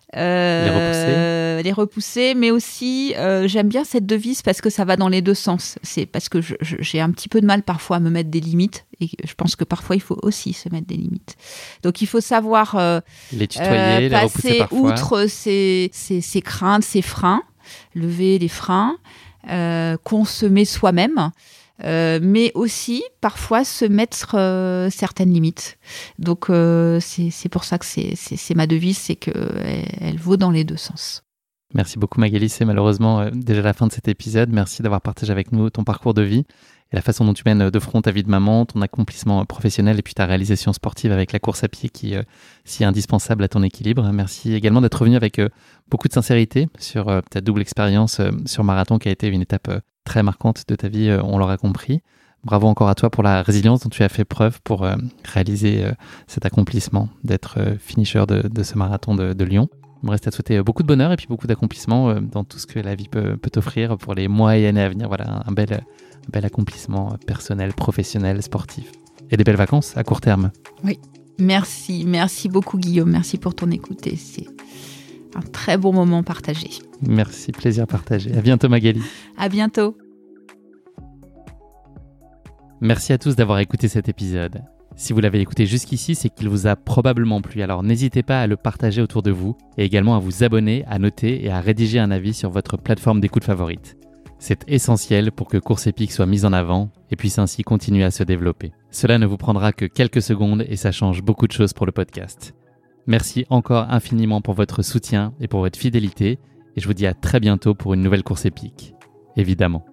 Speaker 1: les repousser, mais aussi j'aime bien cette devise parce que ça va dans les deux sens. C'est parce que j'ai un petit peu de mal parfois à me mettre des limites, et je pense que parfois il faut aussi se mettre des limites. Donc il faut savoir
Speaker 2: les tutoyer, les repousser parfois,
Speaker 1: outre ces craintes, ces freins, lever les freins qu'on se met soi-même. Mais aussi parfois se mettre certaines limites. Donc c'est pour ça que c'est ma devise, c'est qu'elle vaut dans les deux sens.
Speaker 2: Merci beaucoup Magali, c'est malheureusement déjà la fin de cet épisode. Merci d'avoir partagé avec nous ton parcours de vie et la façon dont tu mènes de front ta vie de maman, ton accomplissement professionnel et puis ta réalisation sportive avec la course à pied qui est si indispensable à ton équilibre. Merci également d'être revenu avec beaucoup de sincérité sur ta double expérience sur marathon qui a été une étape très marquante de ta vie, on l'aura compris. Bravo encore à toi pour la résilience dont tu as fait preuve pour réaliser cet accomplissement d'être finisher de ce marathon de Lyon. Il me reste à te souhaiter beaucoup de bonheur et puis beaucoup d'accomplissement dans tout ce que la vie peut t'offrir pour les mois et années à venir. Voilà, un bel accomplissement personnel, professionnel, sportif. Et des belles vacances à court terme.
Speaker 1: Oui, merci beaucoup Guillaume, merci pour ton écoute. Et c'est un très bon moment partagé.
Speaker 2: Merci, plaisir partagé. À bientôt Magali.
Speaker 1: À bientôt.
Speaker 2: Merci à tous d'avoir écouté cet épisode. Si vous l'avez écouté jusqu'ici, c'est qu'il vous a probablement plu. Alors n'hésitez pas à le partager autour de vous et également à vous abonner, à noter et à rédiger un avis sur votre plateforme d'écoute favorite. C'est essentiel pour que Course Épique soit mise en avant et puisse ainsi continuer à se développer. Cela ne vous prendra que quelques secondes et ça change beaucoup de choses pour le podcast. Merci encore infiniment pour votre soutien et pour votre fidélité et je vous dis à très bientôt pour une nouvelle Course Épique. Évidemment.